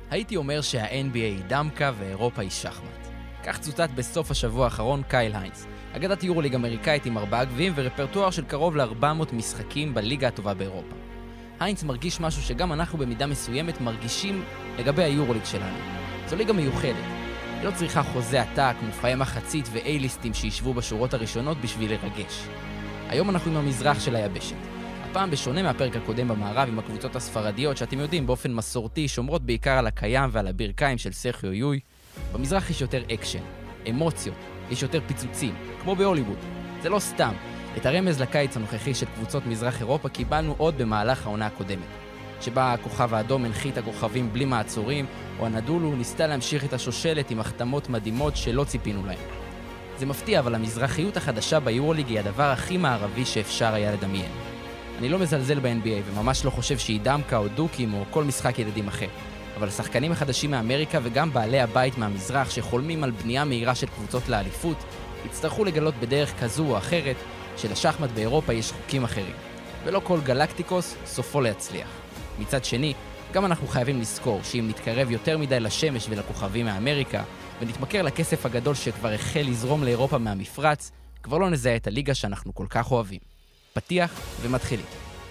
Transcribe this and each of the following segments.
הייתי אומר שה-NBA היא דמקה ואירופה היא שחמט. כך צוטט בסוף השבוע האחרון קייל היינס, אגדת יורוליג אמריקאית עם 4 גביעים ורפרטואר של קרוב ל-400 משחקים בליגה הטובה באירופה. היינס מרגיש משהו שגם אנחנו במידה מסוימת מרגישים לגבי היורוליג שלנו. זו ליגה מיוחדת. היא לא צריכה חוזה עתק, מופעי מחצית ואייליסטים שישבו בשורות הראשונות בשביל לרגש. היום אנחנו עם המזרח של היבשת. הפעם בשונה מהפרק הקודם במערב עם הקבוצות הספרדיות שאתם יודעים באופן מסורתי שומרות בעיקר על הקיים ועל הברכיים של סרחיו יוי, במזרח יש יותר אקשן, אמוציות, יש יותר פיצוצים, כמו בהוליווד. זה לא סתם. את הרמז לקיץ הנוכחי של קבוצות מזרח אירופה קיבלנו עוד במהלך העונה הקודמת, שבה הכוכב האדום הנחית הכוכבים בלי מעצורים, או הנדולו ניסתה להמשיך את השושלת עם החתמות מדהימות שלא ציפינו להם. זה מפתיע, אבל המזרחיות החדשה ביורוליג היא הדבר הכי מערבי שאפשר היה לדמיין. אני לא מזלזל ב-NBA וממש לא חושב שהיא דמקה או דוקים או כל משחק ילדים אחר. אבל השחקנים החדשים מאמריקה וגם בעלי הבית מהמזרח שחולמים על בנייה מהירה של קבוצות לאליפות, יצטרכו לגלות בדרך כזו או אחרת שלשחמט באירופה יש חוקים אחרים. ולא כל גלקטיקוס סופו להצליח. מצד שני, גם אנחנו חייבים לזכור שאם נתקרב יותר מדי לשמש ולכוכבים מאמריקה, ונתמכר לכסף הגדול שכבר החל לזרום לאירופה מהמפרץ, כבר לא נזהה את הליגה שאנחנו כל כך אוהבים. פתיח ומתחילים.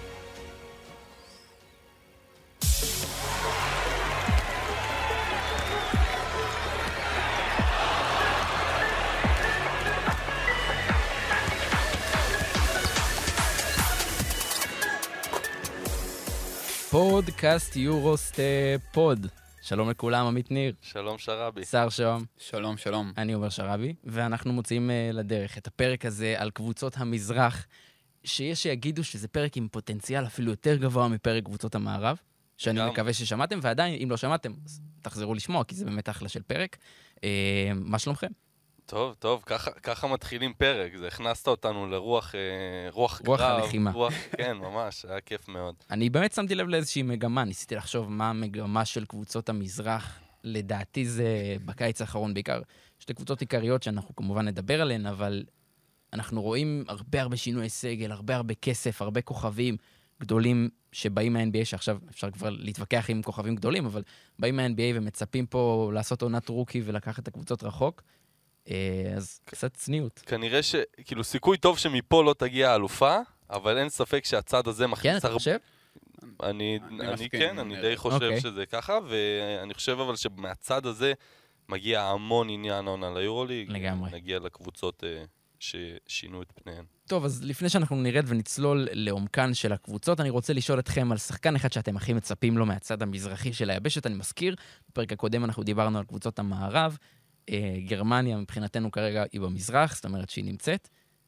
פודקאסט יורוסטפ פוד. שלום לכולם, עמית ניר. שלום שרבי. שר שוהם. שלום, שלום. אני אומר שרבי, ואנחנו מוצאים לדרך את הפרק הזה על קבוצות המזרח, שיש שיגידו שזה פרק עם פוטנציאל אפילו יותר גבוה מפרק קבוצות המערב, שאני מקווה ששמעתם, ועדיין, אם לא שמעתם, אז תחזרו לשמוע, כי זה באמת אחלה של פרק. מה שלומכם? טוב, טוב, ככה מתחילים פרק, זה הכנסת אותנו לרוח רוח קרב. הלחימה. כן, ממש, היה כיף מאוד. אני באמת שמתי לב לאיזושהי מגמה, ניסיתי לחשוב מה המגמה של קבוצות המזרח, לדעתי זה בקיץ האחרון בעיקר, שתי קבוצות עיקריות שאנחנו כמובן נדבר עליהן, אבל אנחנו רואים הרבה שינוי סגל, הרבה כסף, הרבה כוכבים גדולים שבאים מה-NBA, שעכשיו אפשר כבר להתווכח עם כוכבים גדולים, אבל באים מה-NBA ומצפים פה לעשות עונת רוקי ולקחת את הקבוצות רחוק, אז קצת צניעות. כנראה כאילו סיכוי טוב שמפה לא תגיע האלופה, אבל אין ספק שהצד הזה מכניס... כן, אתה חושב? אני די חושב שזה ככה, ואני חושב אבל שמהצד הזה מגיע המון עניין עונה ליורוליג. לגמרי. נגיע לקבוצות ששינו את פניהן. טוב, אז לפני שאנחנו נרד ונצלול לעומקן של הקבוצות, אני רוצה לשאול אתכם על שחקן אחד שאתם הכי מצפים לו מהצד המזרחי של היבשת. אני מזכיר, בפרק הקודם אנחנו דיברנו על קבוצות המערב, גרמניה מבחינתנו כרגע היא במזרח, זאת אומרת שהיא נמצאת,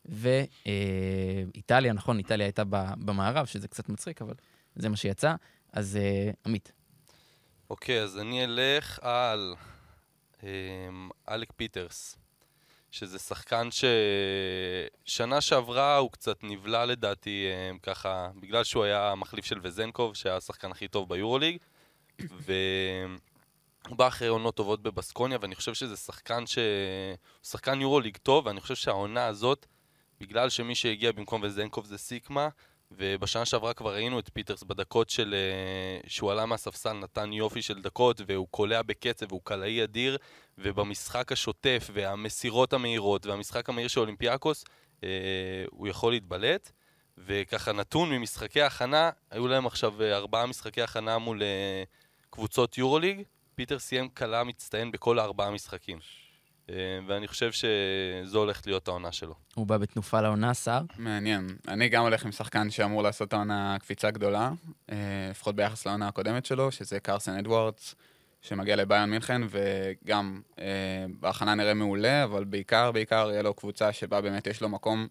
ואיטליה, נכון, איטליה הייתה במערב, שזה קצת מצחיק, אבל זה מה שיצא. אז עמית. אוקיי, אז אני אלך על אלק פיטרס, שזה שחקן ששנה שעברה הוא קצת נבלה לדעתי ככה, בגלל שהוא היה המחליף של וזנקוב, שהיה השחקן הכי טוב ביורוליג, הוא בא אחרי עונות טובות בבסקוניה, ואני חושב שזה שחקן יורוליג טוב, ואני חושב שהעונה הזאת, בגלל שמי שהגיע במקום וזנקוב זה סיקמה, ובשנה שעברה כבר ראינו את פיטרס בדקות שהוא עלה מהספסל, נתן יופי של דקות, והוא קולע בקצב, והוא קלעי אדיר, ובמשחק השוטף, והמסירות המהירות, והמשחק המהיר של אולימפיאקוס, הוא יכול להתבלט, וככה נתון ממשחקי ההכנה, היו להם עכשיו 4 משחקי הכנה מול קבוצות יורוליג, פיטר סיים קלה מצטיין בכל 4 משחקים. ואני חושב שזו הולכת להיות העונה שלו. הוא בא בתנופה לעונה, שר? מעניין. אני גם הולך עם שחקן שאמור לעשות העונה קפיצה גדולה, לפחות ביחס לעונה הקודמת שלו, שזה קרסן אדוארדס, שמגיע לביירן מינכן, וגם בהכנה נראה מעולה, אבל בעיקר יהיה לו קבוצה שבה באמת יש לו מקום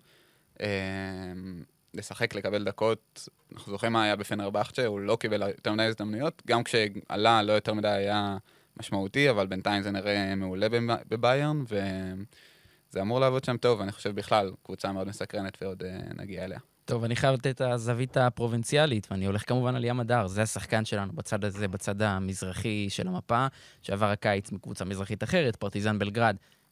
לשחק, לקבל דקות. אנחנו זוכרים מה היה בפנרבחצ'ה, הוא לא קיבל יותר מדי הזדמנויות, גם כשעלה לא יותר מדי היה משמעותי, אבל בינתיים זה נראה מעולה בביירן, וזה אמור לעבוד שם טוב, ואני חושב בכלל, קבוצה מאוד מסקרנת ועוד נגיע אליה. טוב, אני חייב לתת את הזווית הפרובינציאלית, ואני הולך כמובן על ים הדר, זה השחקן שלנו בצד הזה, בצד המזרחי של המפה, שעבר הקיץ מקבוצה מזרחית אחרת, פרטיזן בלגרד,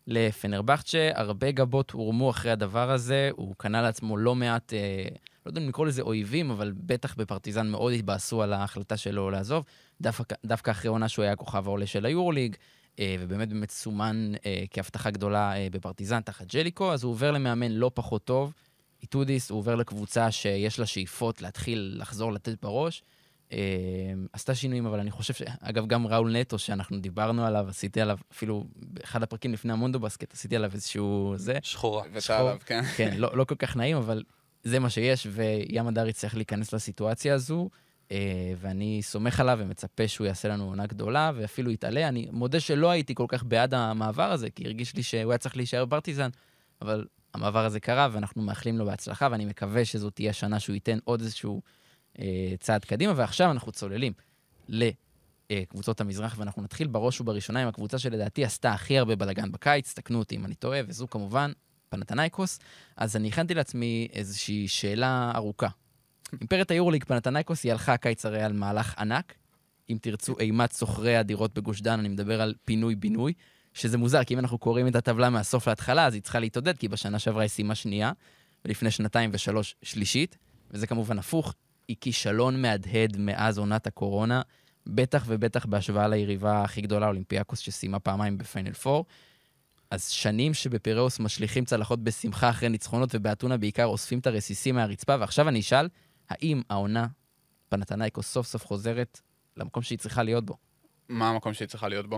לפנרבחצ'ה, הרבה גבות הורמו אחרי הדבר הזה, הוא קנה לעצמו לא מעט, לא יודע אם לקרוא לזה אויבים, אבל בטח בפרטיזן מאוד התבאסו על ההחלטה שלו לעזוב, דווקא אחרי עונה שהוא היה כוכב העולה של היורוליג, ובאמת סומן כהבטחה גדולה בפרטיזן תחת ג'ליקו, אז הוא עובר למאמן לא פחות טוב, איטודיס, הוא עובר לקבוצה שיש לה שאיפות להתחיל לחזור לתת בראש, עשתה שינויים, אבל אני חושב אגב, גם ראול נטו, שאנחנו דיברנו עליו, עשיתי עליו, אפילו באחד הפרקים לפני המונדו בסקט, עשיתי עליו איזשהו זה. שחורה. עליו, כן. כן, לא כל כך נעים, אבל זה מה שיש, וים הדרי צריך להיכנס לסיטואציה הזו, ואני סומך עליו ומצפה שהוא יעשה לנו עונה גדולה, ואפילו יתעלה. אני מודה שלא הייתי כל כך בעד המעבר הזה, כי הרגיש לי שהוא היה צריך להישאר בפרטיזן, אבל המעבר הזה קרה, ואנחנו מאחלים לו בהצלחה, ואני מקווה שזו תהיה שנה שהוא ייתן עוד איזשהו צעד קדימה, ועכשיו אנחנו צוללים לקבוצות המזרח, ואנחנו נתחיל בראש ובראשונה עם הקבוצה שלדעתי עשתה הכי הרבה בלגן בקיץ, תקנו אותי אם אני טועה, וזו כמובן פנתנייקוס. אז אני הכנתי לעצמי איזושהי שאלה ארוכה. אימפריית היורוליג פנתנייקוס היא הלכה הקיץ הרי על מהלך ענק, אם תרצו אימת סוחרי הדירות בגוש דן, אני מדבר על פינוי-בינוי, שזה מוזר, כי אם אנחנו קוראים את הטבלה מהסוף להתחלה, אז היא צריכה להתעודד, כי בשנה שעברה היא סיימה שנייה, ולפני 2 ו3 שלישית, וזה כמובן הפוך, היא כישלון מהדהד מאז עונת הקורונה, בטח ובטח בהשוואה ליריבה הכי גדולה, אולימפיאקוס, שסיימה פעמיים בפיינל 4. אז שנים שבפיראוס משליכים צלחות בשמחה אחרי ניצחונות, ובאתונה בעיקר אוספים את הרסיסים מהרצפה, ועכשיו אני אשאל, האם העונה פנתנייקוס סוף סוף חוזרת למקום שהיא צריכה להיות בו? מה המקום שהיא צריכה להיות בו?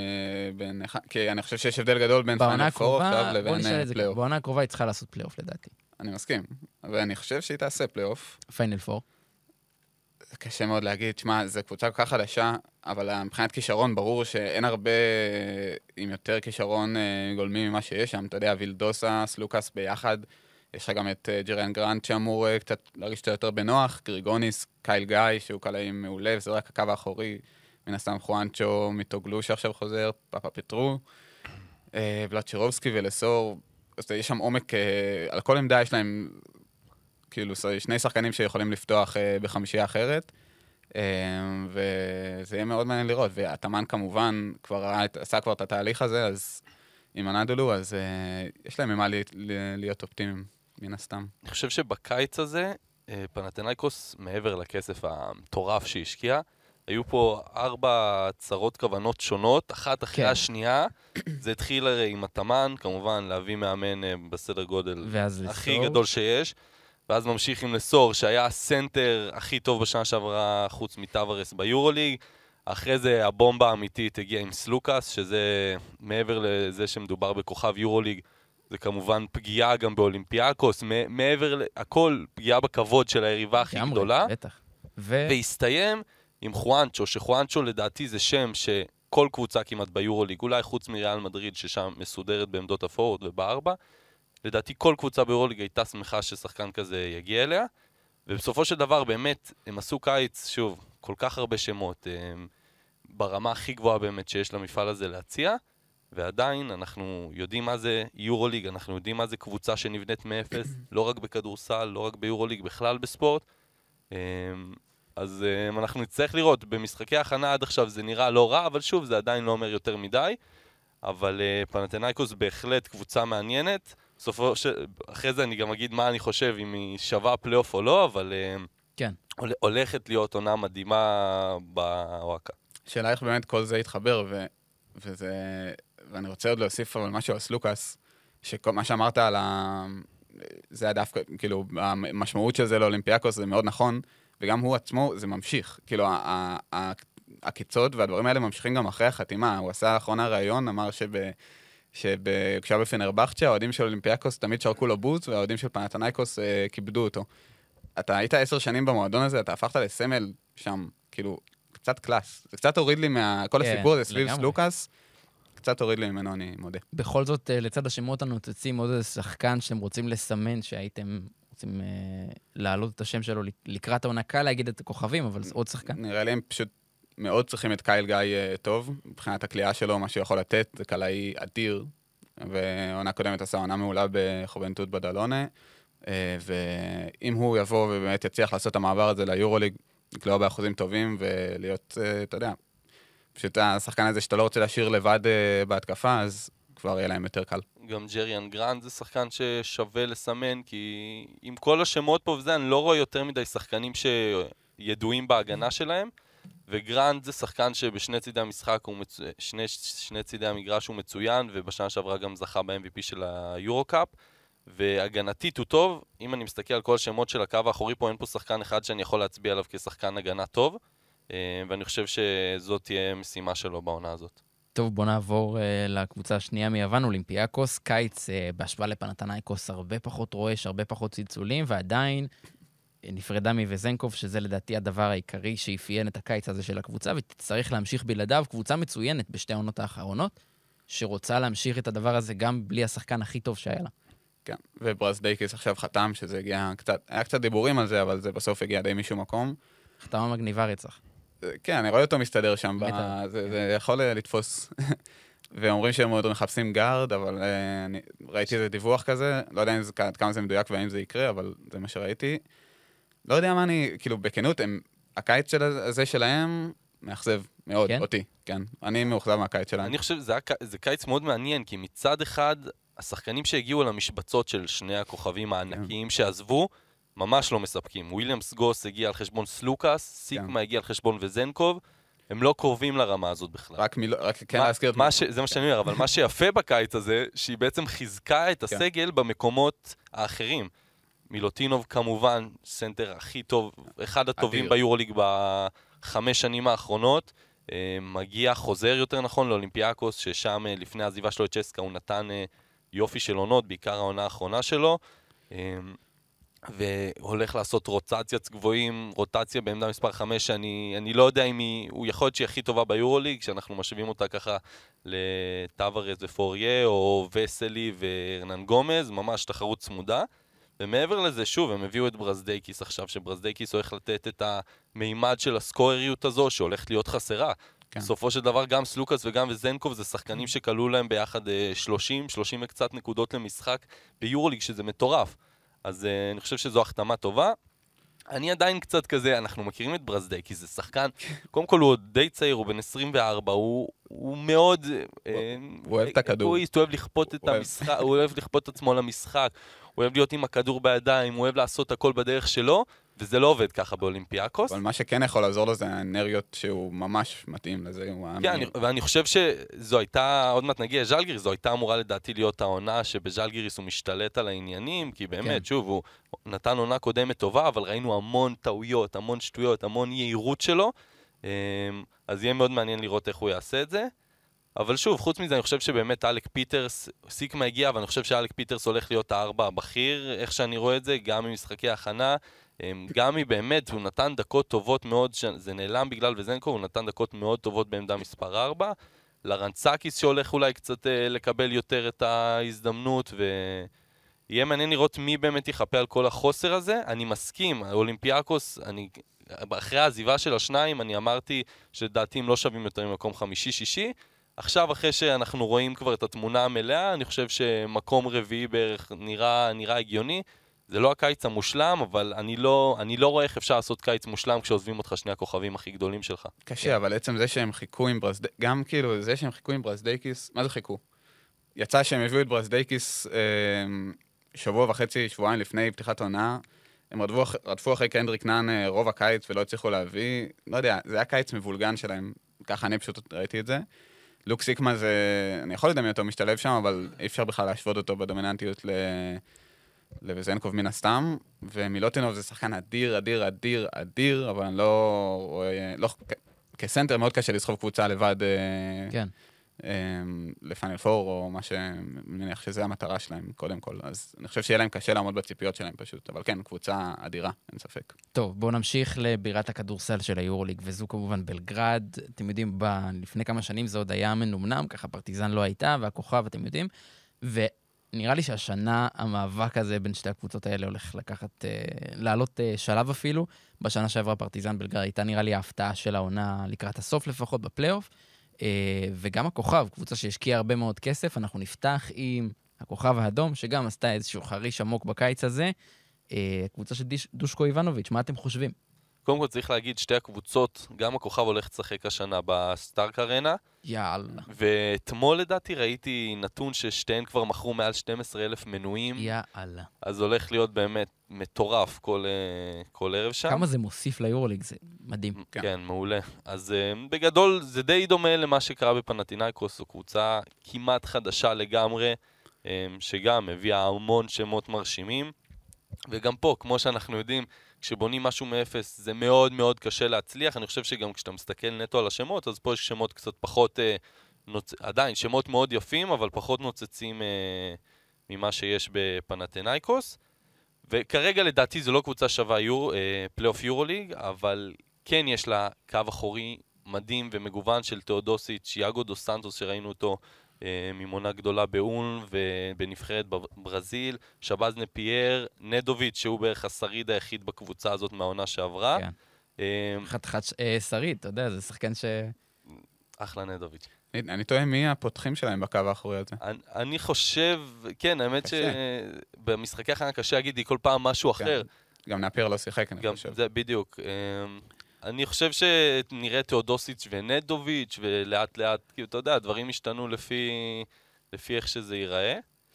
כי אני חושב שיש הבדל גדול בין פיינל 4 עכשיו לבין פלייאוף. בעונה הקרובה היא צריכה לעשות פלייאוף לדעתי. אני מסכים, ואני חושב שהיא תעשה פלייאוף. פיינל 4. קשה מאוד להגיד, תשמע, זו קבוצה כל כך חדשה, אבל מבחינת כישרון ברור שאין הרבה עם יותר כישרון גולמי ממה שיש שם. אתה יודע, וילדוסה, סלוקאס ביחד, יש לך גם את ג'ריאן גרנט שאמור קצת להרגיש יותר בנוח, גריגוניס, קייל גיא, שהוא קלעים מעולה, וזה רק הקו האחורי, מן הסתם חואנצ'ו מיטוגלו שעכשיו חוזר, פאפה פטרו, ולצ'ירובסקי ולסור, אז יש שם עומק, על כל עמדה יש להם כאילו שני שחקנים שיכולים לפתוח בחמישייה אחרת, וזה יהיה מאוד מעניין לראות, והתאמן כמובן עשה כבר את התהליך הזה, אז עם הנדולו, אז יש להם ממה להיות אופטימיים, מן הסתם. אני חושב שבקיץ הזה, פנתנייקוס, מעבר לכסף המטורף שהשקיע, היו פה 4 צרות כוונות שונות, אחת אחרי השנייה, זה התחיל הרי עם התאמן, כמובן להביא מאמן בסדר גודל הכי גדול שיש, ואז ממשיך עם לסור, שהיה הסנטר הכי טוב בשנה שעברה חוץ מטוורס ביורוליג, אחרי זה הבומבה האמיתית הגיעה עם סלוקאס, שזה מעבר לזה שמדובר בכוכב יורוליג, זה כמובן פגיעה גם באולימפיאקוס, מעבר להכל פגיעה בכבוד של היריבה הכי גדולה, והסתיים עם חואנצ'ו, שחואנצ'ו לדעתי זה שם שכל קבוצה כמעט ביורוליג, אולי חוץ מריאל מדריד ששם מסודרת בעמדות הפורוד ובארבע, לדעתי כל קבוצה ביורוליג הייתה שמחה ששחקן כזה יגיע אליה, ובסופו של דבר באמת הם עשו קיץ, שוב, כל כך הרבה שמות, ברמה הכי גבוהה באמת שיש למפעל הזה להציע, ועדיין אנחנו יודעים מה זה יורוליג, אנחנו יודעים מה זה קבוצה שנבנית מאפס, לא רק בכדורסל, לא רק ביורוליג, בכלל בספורט, אז אנחנו נצטרך לראות, במשחקי הכנה עד עכשיו זה נראה לא רע, אבל שוב, זה עדיין לא אומר יותר מדי, אבל פנתנייקוס בהחלט קבוצה מעניינת, אחרי זה אני גם אגיד מה אני חושב, אם היא שווה פלייאוף או לא, אבל כן. הולכת להיות עונה מדהימה בוואקה. שאלה איך באמת כל זה יתחבר, ואני רוצה עוד להוסיף אבל משהו על סלוקאס, שמה שאמרת על זה היה דווקא, כאילו, המשמעות של זה לאולימפיאקוס זה מאוד נכון, וגם הוא עצמו, זה ממשיך. כאילו, הקיצות והדברים האלה ממשיכים גם אחרי החתימה. הוא עשה לאחרונה ראיון, אמר כשהיה בפנרבחצ'ה, האוהדים של אולימפיאקוס תמיד שרקו לו בוז, והאוהדים של פנתנייקוס כיבדו אותו. אתה היית 10 שנים במועדון הזה, אתה הפכת לסמל שם, כאילו, קצת קלאס. זה קצת הוריד לי כל הסיפור הזה סביב סלוקאס, קצת הוריד לי ממנו, אני מודה. בכל זאת, לצד השמות הנוצצים, עוד איזה שחקן שאתם רוצים לסמן, שהייתם רוצים להעלות את השם שלו לקראת העונה, קל להגיד את הכוכבים, אבל זה עוד שחקן. נראה לי הם פשוט מאוד צריכים את קייל גיא טוב, מבחינת הקליעה שלו, מה שיכול לתת, זה קלעי אדיר, ועונה קודמת עשה עונה מעולה בחובנטות בדלונה, ואם הוא יבוא ובאמת יצליח לעשות את המעבר הזה ליורוליג, לקלוע באחוזים טובים, ולהיות, אתה יודע, פשוט השחקן הזה שאתה לא רוצה להשאיר לבד בהתקפה, אז כבר יהיה להם יותר קל. גם ג'ריאן גרנד זה שחקן ששווה לסמן, כי עם כל השמות פה וזה, אני לא רואה יותר מדי שחקנים שידועים בהגנה שלהם, וגרנד זה שחקן שבשני צידי המשחק, שני צידי המגרש הוא מצוין, ובשנה שעברה גם זכה ב-MVP של היורו-קאפ, והגנתית הוא טוב. אם אני מסתכל על כל השמות של הקו האחורי פה, אין פה שחקן אחד שאני יכול להצביע עליו כשחקן הגנה טוב, ואני חושב שזאת תהיה משימה שלו בעונה הזאת. טוב, בוא נעבור לקבוצה השנייה מיוון, אולימפיאקוס. קיץ בהשוואה לפנתנייקוס הרבה פחות רועש, הרבה פחות צלצולים, ועדיין נפרדה מווזנקוב, שזה לדעתי הדבר העיקרי שאפיין את הקיץ הזה של הקבוצה, ותצטרך להמשיך בלעדיו. קבוצה מצוינת בשתי העונות האחרונות, שרוצה להמשיך את הדבר הזה גם בלי השחקן הכי טוב שהיה לה. כן, וברזדייקיס עכשיו חתם, שזה הגיע קצת, היה קצת דיבורים על זה, אבל זה בסוף הגיע די משום מקום. חתמה מגניבה רצח. כן, אני רואה אותו מסתדר שם, זה יכול לתפוס. ואומרים שהם עוד מחפשים גארד, אבל אני ראיתי איזה דיווח כזה, לא יודע כמה זה מדויק והאם זה יקרה, אבל זה מה שראיתי. לא יודע מה אני, כאילו, בכנות, הקיץ הזה שלהם מאכזב מאוד אותי, כן. אני מאוכזב מהקיץ שלהם. אני חושב שזה קיץ מאוד מעניין, כי מצד אחד, השחקנים שהגיעו למשבצות של שני הכוכבים הענקיים שעזבו, ממש לא מספקים. וויליאמס גוס הגיע על חשבון סלוקאס, סיקמה הגיע על חשבון וזנקוב, הם לא קרובים לרמה הזאת בכלל. רק כן להזכיר... זה מה שאני אומר, אבל מה שיפה בקיץ הזה, שהיא בעצם חיזקה את הסגל במקומות האחרים. מילוטינוב כמובן, סנטר הכי טוב, אחד הטובים ביורוליג בחמש שנים האחרונות, מגיע, חוזר יותר נכון לאולימפיאקוס, ששם לפני העזיבה שלו את צ'סקה הוא נתן יופי של עונות, בעיקר העונה האחרונה שלו, והולך לעשות רוטציית גבוהים, רוטציה בעמדה מספר 5, שאני לא יודע אם הוא יכול להיות שהיא הכי טובה ביורוליג, כשאנחנו משווים אותה ככה לטאברס ופוריה, או וסלי והרנן גומז, ממש תחרות צמודה. ומעבר לזה, שוב, הם הביאו את ברזדייקיס עכשיו, שברזדייקיס הולך לתת את המימד של הסקורריות הזו, שהולכת להיות חסרה. כן. בסופו של דבר, גם סלוקאס וגם וזנקוב, זה שחקנים שקלו להם ביחד 30 וקצת נקודות למשחק ביורוליג, שזה מטורף. אז אני חושב שזו החתמה טובה. אני עדיין קצת כזה, אנחנו מכירים את ברזדייקיס, זה שחקן, קודם כל הוא עוד די צעיר, הוא בן 24, הוא מאוד... הוא אוהב את הכדור. הוא אוהב לכפות את המשחק, הוא אוהב לכפות את עצמו למשחק, הוא אוהב להיות עם הכדור בידיים, הוא אוהב לעשות הכל בדרך שלו, וזה לא עובד ככה באולימפיאקוס. אבל מה שכן יכול לעזור לו זה האנרגיות שהוא ממש מתאים לזה. כן, ואני חושב שזו הייתה, עוד מעט נגיע, ז'לגיריס, זו הייתה אמורה לדעתי להיות העונה שבז'לגיריס הוא משתלט על העניינים, כי באמת, שוב, הוא נתן עונה קודמת טובה, אבל ראינו המון טעויות, המון שטויות, המון יעירות שלו, אז יהיה מאוד מעניין לראות איך הוא יעשה את זה. אבל שוב, חוץ מזה, אני חושב שבאמת אלק פיטרס, סיקמה הגיע, ואני חושב שאלק פיטרס הולך להיות הארבע הבכיר, איך שאני רואה את זה, גם ממשחקי ההכנה, גם באמת, הוא נתן דקות טובות מאוד, זה נעלם בגלל וזנקו, הוא נתן דקות מאוד טובות בעמדה מספר 4, לרנצקיס שהולך אולי קצת לקבל יותר את ההזדמנות, ויהיה מעניין לראות מי באמת יחפה על כל החוסר הזה. אני מסכים, האולימפיאקוס, אחרי העזיבה של השניים, אני אמרתי שדעתי הם לא שווים יותר ממקום חמישי-שישי, עכשיו, אחרי שאנחנו רואים כבר את התמונה המלאה, אני חושב שמקום רביעי בערך נראה הגיוני. זה לא הקיץ המושלם, אבל אני לא רואה איך אפשר לעשות קיץ מושלם כשעוזבים אותך שני הכוכבים הכי גדולים שלך. קשה, אבל עצם זה שהם חיכו עם ברזדייקיס, גם כאילו זה שהם חיכו עם ברזדייקיס, מה זה חיכו? יצא שהם הביאו את ברזדייקיס שבוע וחצי, שבועיים לפני פתיחת העונה, הם רדפו אחרי קנדריק נאן רוב הקיץ ולא הצליחו להביא, לא יודע, זה היה קיץ מבולגן שלהם, ככה אני פשוט ראיתי את זה. לוק סיקמה זה, אני יכול לדמיין אותו משתלב שם, אבל אי אפשר בכלל להשוות אותו בדומיננטיות לווזנקוב מן הסתם, ומילוטינוב זה שחקן אדיר, אבל אני לא, כסנטר מאוד קשה לסחוב קבוצה לבד לפיינל פור, או מה שמניח שזה המטרה שלהם קודם כל, אז אני חושב שיהיה להם קשה לעמוד בציפיות שלהם פשוט, אבל כן, קבוצה אדירה, אין ספק. טוב, בואו נמשיך לבירת הכדורסל של היורוליג, וזו כמובן בלגרד, אתם יודעים, לפני כמה שנים זה עוד היה מנומנם, ככה פרטיזן לא הייתה, והכוכב, אתם יודעים, ונראה לי שהשנה המאבק הזה בין שתי הקבוצות האלה הולך לעלות שלב אפילו, בשנה שעברה פרטיזן בלגרד הייתה נראה לי ההפתעה של העונה לקראת הסוף לפחות בפלייאוף, וגם הכוכב, קבוצה שהשקיעה הרבה מאוד כסף, אנחנו נפתח עם הכוכב האדום, שגם עשתה איזשהו חריש עמוק בקיץ הזה, קבוצה של דושקו איבנוביץ', מה אתם חושבים? קודם כל צריך להגיד, שתי הקבוצות, גם הכוכב הולך לשחק השנה בסטארק ארנה, יאללה. ואתמול לדעתי ראיתי נתון ששתיהן כבר מכרו מעל 12,000 מנויים, יאללה. אז הולך להיות באמת מטורף כל ערב שם. כמה זה מוסיף ליורוליג, זה מדהים. כן, מעולה. אז בגדול זה די דומה למה שקרה בפנתינייקוס, זו קבוצה כמעט חדשה לגמרי, שגם הביאה המון שמות מרשימים, וגם פה, כמו שאנחנו יודעים, כשבונים משהו מאפס זה מאוד מאוד קשה להצליח. אני חושב שגם כשאתה מסתכל נטו על השמות, אז פה יש שמות קצת פחות, עדיין שמות מאוד יפים, אבל פחות נוצצים ממה שיש בפנתינייקוס. וכרגע לדעתי זו לא קבוצה שווה פלייאוף יורוליג, אבל כן יש לה קו אחורי מדהים ומגוון של תאודוסיץ', יאגו דו סנטוס שראינו אותו ממונה גדולה באון ובנבחרת ברזיל, שבאז נפייר, נדוביץ' שהוא בערך השריד היחיד בקבוצה הזאת מהעונה שעברה. כן. חתיכת שריד, אתה יודע, זה שחקן ש... אחלה נדוביץ'. אני טועה מי הפותחים שלהם בקו האחורי הזה. אני חושב, כן, האמת שבמשחקי הכנה קשה להגיד כל פעם משהו אחר. גם נפייר לא שיחק, אני חושב. זה בדיוק. אני חושב שנראה תאודוסיץ' ונדוביץ' ולאט לאט, כאילו, אתה יודע, הדברים השתנו לפי איך שזה ייראה.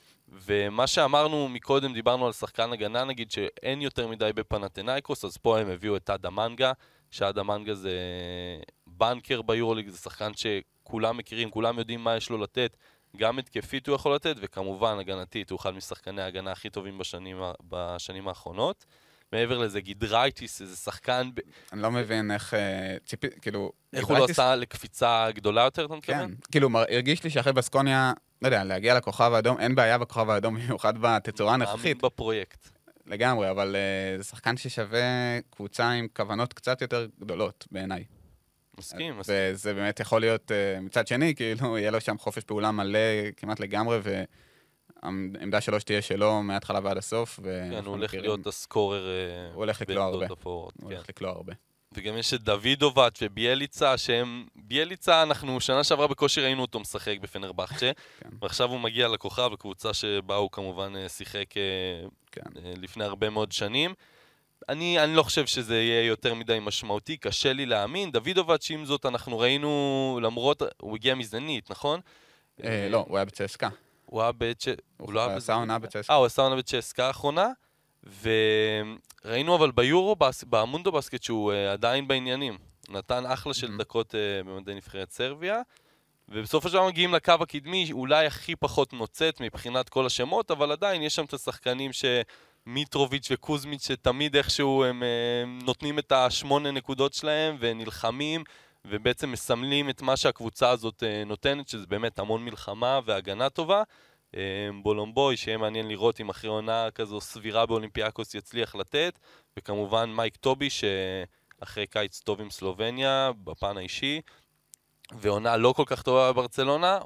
ומה שאמרנו מקודם, דיברנו על שחקן הגנה, נגיד שאין יותר מדי בפנתינייקוס, אז פה הם הביאו את אדה מנגה, שאדה מנגה זה בנקר ביורוליג, זה שחקן שכולם מכירים, כולם יודעים מה יש לו לתת, גם התקפית הוא יכול לתת, וכמובן הגנתית, הוא אחד משחקני ההגנה הכי טובים בשנים האחרונות. מעבר לזה, גידרייטיס, זה שחקן... אני לא מבין איך כאילו... איך הוא לא עשה לקפיצה גדולה יותר, אתה מתכוון? כן, כאילו, הרגיש לי שאחרי בסקוניה, לא יודע, להגיע לכוכב האדום, אין בעיה בכוכב האדום, במיוחד בתצורה הנוכחית. מאמין בפרויקט. לגמרי, אבל זה שחקן ששווה קבוצה עם כוונות קצת יותר גדולות, בעיניי. מסכים. וזה באמת יכול להיות מצד שני, כאילו, יהיה לו שם חופש פעולה מלא כמעט לגמרי, העמדה שלו שתהיה שלו מההתחלה ועד הסוף. כן, הוא הולך להיות הסקורר. הוא הולך לקלוע הרבה. הוא הולך לקלוע הרבה. וגם יש את דוידובץ' וביאליצה, שהם... ביאליצה, אנחנו שנה שעברה בקושי ראינו אותו משחק בפנרבחצ'ה, ועכשיו הוא מגיע לכוכב, לקבוצה שבה הוא כמובן שיחק לפני הרבה מאוד שנים. אני לא חושב שזה יהיה יותר מדי משמעותי, קשה לי להאמין. דוידובץ' עם זאת אנחנו ראינו, למרות... הוא הגיע מזנית, נכון? לא, הוא היה בצסקה. הוא עשה עונה בצ'סקה. הוא עשה עונה בצ'סקה האחרונה, וראינו אבל ביורו, במונדו בסקט, שהוא עדיין בעניינים. נתן אחלה של דקות במדי נבחרת סרביה, ובסוף השבוע מגיעים לקו הקדמי, אולי הכי פחות נוצאת מבחינת כל השמות, אבל עדיין יש שם את השחקנים מיטרוביץ' וקוזמיץ' שתמיד איכשהו הם נותנים את 8 נקודות שלהם ונלחמים, ובעצם מסמלים את מה שהקבוצה הזאת נותנת, שזה באמת המון מלחמה והגנה טובה. בולומבוי, שיהיה מעניין לראות אם אחרי עונה כזו סבירה באולימפיאקוס יצליח לתת, וכמובן מייק טובי, שאחרי קיץ טוב עם סלובניה, בפן האישי, ועונה לא כל כך טובה בברצלונה,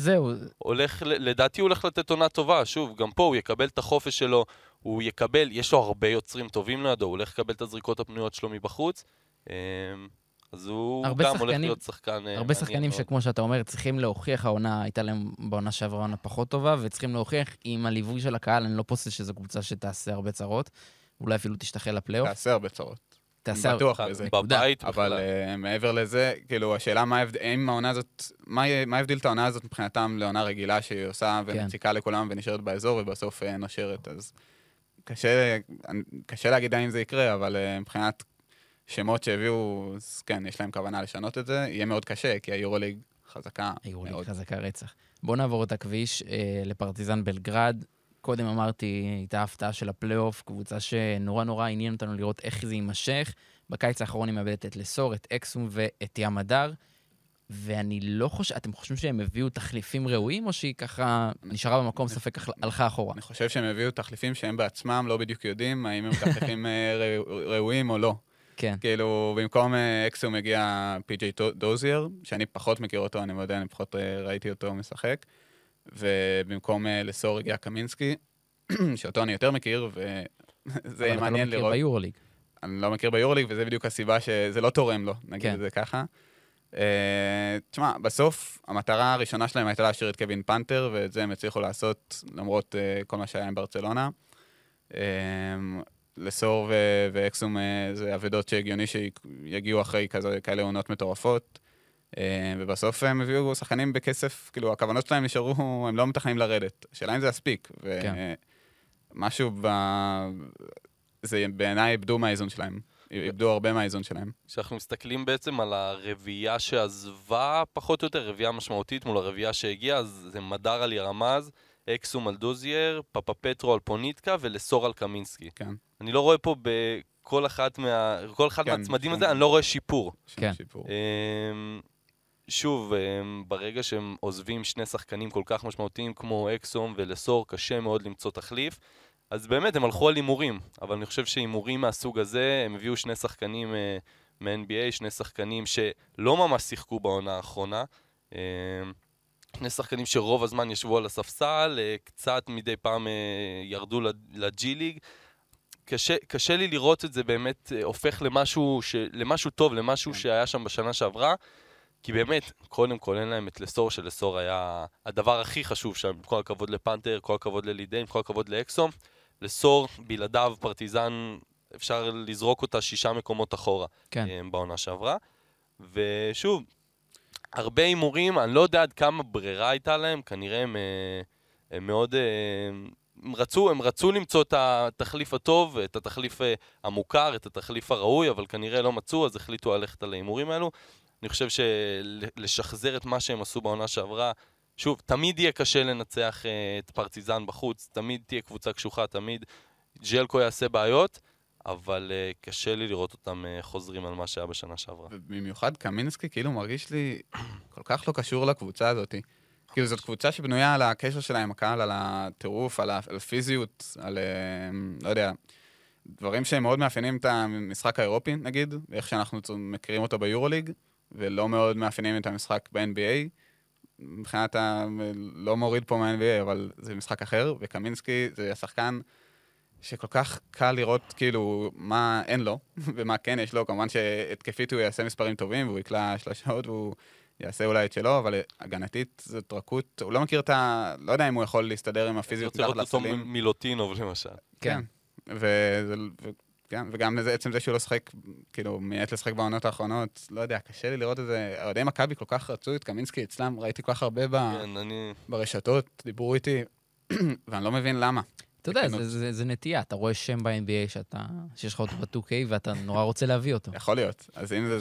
לדעתי הוא הולך לתת עונה טובה, שוב, גם פה הוא יקבל את החופש שלו, הוא יקבל, יש לו הרבה יוצרים טובים לידו, הוא הולך לקבל את הזריקות הפנויות שלו מבחוץ, אז הוא גם הולך להיות שחקן... הרבה שחקנים שכמו שאתה אומר, צריכים להוכיח, העונה הייתה להם בעונה שעברה עונה פחות טובה, וצריכים להוכיח עם הליווי של הקהל, אני לא פוסל שזו קבוצה שתעשה הרבה צרות, אולי אפילו תשתחל לפלייאוף. תעשה הרבה צרות. תעשה בטוח בזה. בבית אבל מעבר לזה, כאילו, השאלה אם העונה הזאת, מה הבדיל את העונה הזאת מבחינתם לעונה רגילה שהיא עושה ומציקה לכולם ונשארת באזור ובסוף נושרת, אז קשה להגיד אם זה יקרה, אבל מבחינת שמות שהביאו, כן, יש להם כוונה לשנות את זה, יהיה מאוד קשה, כי היורוליג חזקה מאוד. היורוליג חזקה רצח. בואו נעבור את הכביש לפרטיזן בלגרד. קודם אמרתי, הייתה הפתעה של הפלייאוף, קבוצה שנורא נורא עניין אותנו לראות איך זה יימשך. בקיץ האחרון היא מאבדת את לסור, את אקסום ואת ים הדר, ואני לא חושב, אתם חושבים שהם הביאו תחליפים ראויים, או שהיא ככה נשארה במקום ספק הלכה אחורה? אני חושב שהם הביאו תחליפים שהם בעצמם לא בדיוק יודעים, האם הם תחליפים ראויים או לא. כן. כאילו, במקום אקסום הגיע פי.ג'יי דוזייר, שאני פחות מכיר אותו, אני מודה, אני פחות ראיתי אותו משחק, ובמקום לסור הגיע קמינסקי, שאותו אני יותר מכיר, וזה מעניין לראות. אבל אתה לא מכיר ביורוליג. אני לא מכיר ביורוליג, וזה בדיוק הסיבה שזה לא תורם לו, נגיד את זה ככה. תשמע, בסוף, המטרה הראשונה שלהם הייתה להשאיר את קווין פנתר, ואת זה הם הצליחו לעשות, למרות כל מה שהיה עם ברצלונה. לסור ואקסום זה עבדות שהגיוני שיגיעו אחרי כאלה עונות מטורפות, ובסוף הם הביאו שחקנים בכסף, כאילו הכוונות שלהם נשארו, הם לא מתכננים לרדת. השאלה אם זה יספיק, ומשהו זה בעיניי איבדו מהאיזון שלהם. איבדו הרבה מהאיזון שלהם. כשאנחנו מסתכלים בעצם על הרביעייה שעזבה, פחות או יותר, רביעייה משמעותית מול הרביעייה שהגיעה, אז זה מדר על ירמז, אקסום על דוזייר, פאפה פטרו על פוניטקה ולסור על קמינסקי. כן. אני לא רואה פה בכל אחד מהצמדים הזה, אני לא רואה שיפור. כן. שוב, ברגע שהם עוזבים שני שחקנים כל כך משמעותיים כמו אקסום ולסור, קשה מאוד למצוא תחליף. אז באמת הם הלכו על הימורים, אבל אני חושב שהימורים מהסוג הזה, הם הביאו שני שחקנים מ-NBA, שני שחקנים שלא ממש שיחקו בעונה האחרונה, שני שחקנים שרוב הזמן ישבו על הספסל, קצת מדי פעם ירדו לג'י ליג. קשה לי לראות את זה באמת הופך למשהו טוב, למשהו שהיה שם בשנה שעברה, כי באמת, קודם כל אין להם את לסור, שלסור היה הדבר הכי חשוב שם, כל הכבוד לפנתר, כל הכבוד ללידיין, כל הכבוד לאקסום. לסור, בלעדיו, פרטיזן, אפשר לזרוק אותה 6 מקומות אחורה, כן. בעונה שעברה. ושוב, הרבה הימורים, אני לא יודע עד כמה ברירה הייתה להם, כנראה הם מאוד... הם רצו למצוא את התחליף הטוב, את התחליף המוכר, את התחליף הראוי, אבל כנראה לא מצאו, אז החליטו ללכת על ההימורים האלו. אני חושב שלשחזר את מה שהם עשו בעונה שעברה, שוב, תמיד יהיה קשה לנצח את פרטיזן בחוץ, תמיד תהיה קבוצה קשוחה, תמיד ג'לקו יעשה בעיות, אבל קשה לי לראות אותם חוזרים על מה שהיה בשנה שעברה. ובמיוחד קמינסקי כאילו מרגיש לי כל כך לא קשור לקבוצה הזאת. כאילו זאת קבוצה שבנויה על הקשר שלה עם הקהל, על הטירוף, על הפיזיות, על, לא יודע, דברים שהם מאוד מאפיינים את המשחק האירופי, נגיד, איך שאנחנו מכירים אותו ביורוליג, ולא מאוד מאפיינים את המשחק ב-NBA. מבחינת לא מוריד פה מה-NBA, אבל זה משחק אחר, וקמינסקי זה השחקן שכל כך קל לראות כאילו מה אין לו, ומה כן יש לו. כמובן שהתקפית הוא יעשה מספרים טובים, והוא יקלע שלשות, והוא יעשה אולי את שלו, אבל הגנתית זאת רכות, הוא לא מכיר את לא יודע אם הוא יכול להסתדר עם הפיזיות מתחת לסלים. רוצה לראות אותו מילוטינוב למשל. כן. וגם עצם זה שהוא לא שחק, כאילו, מייעת לשחק בעונות האחרונות, לא יודע, קשה לי לראות את זה. אוהדי מכבי כל כך רצו את קמינסקי אצלם, ראיתי כל כך הרבה ברשתות, דיברו איתי, ואני לא מבין למה. אתה יודע, זה נטייה, אתה רואה שם ב-NBA שיש לך אותו ב-2K, ואתה נורא רוצה להביא אותו. יכול להיות, אז אם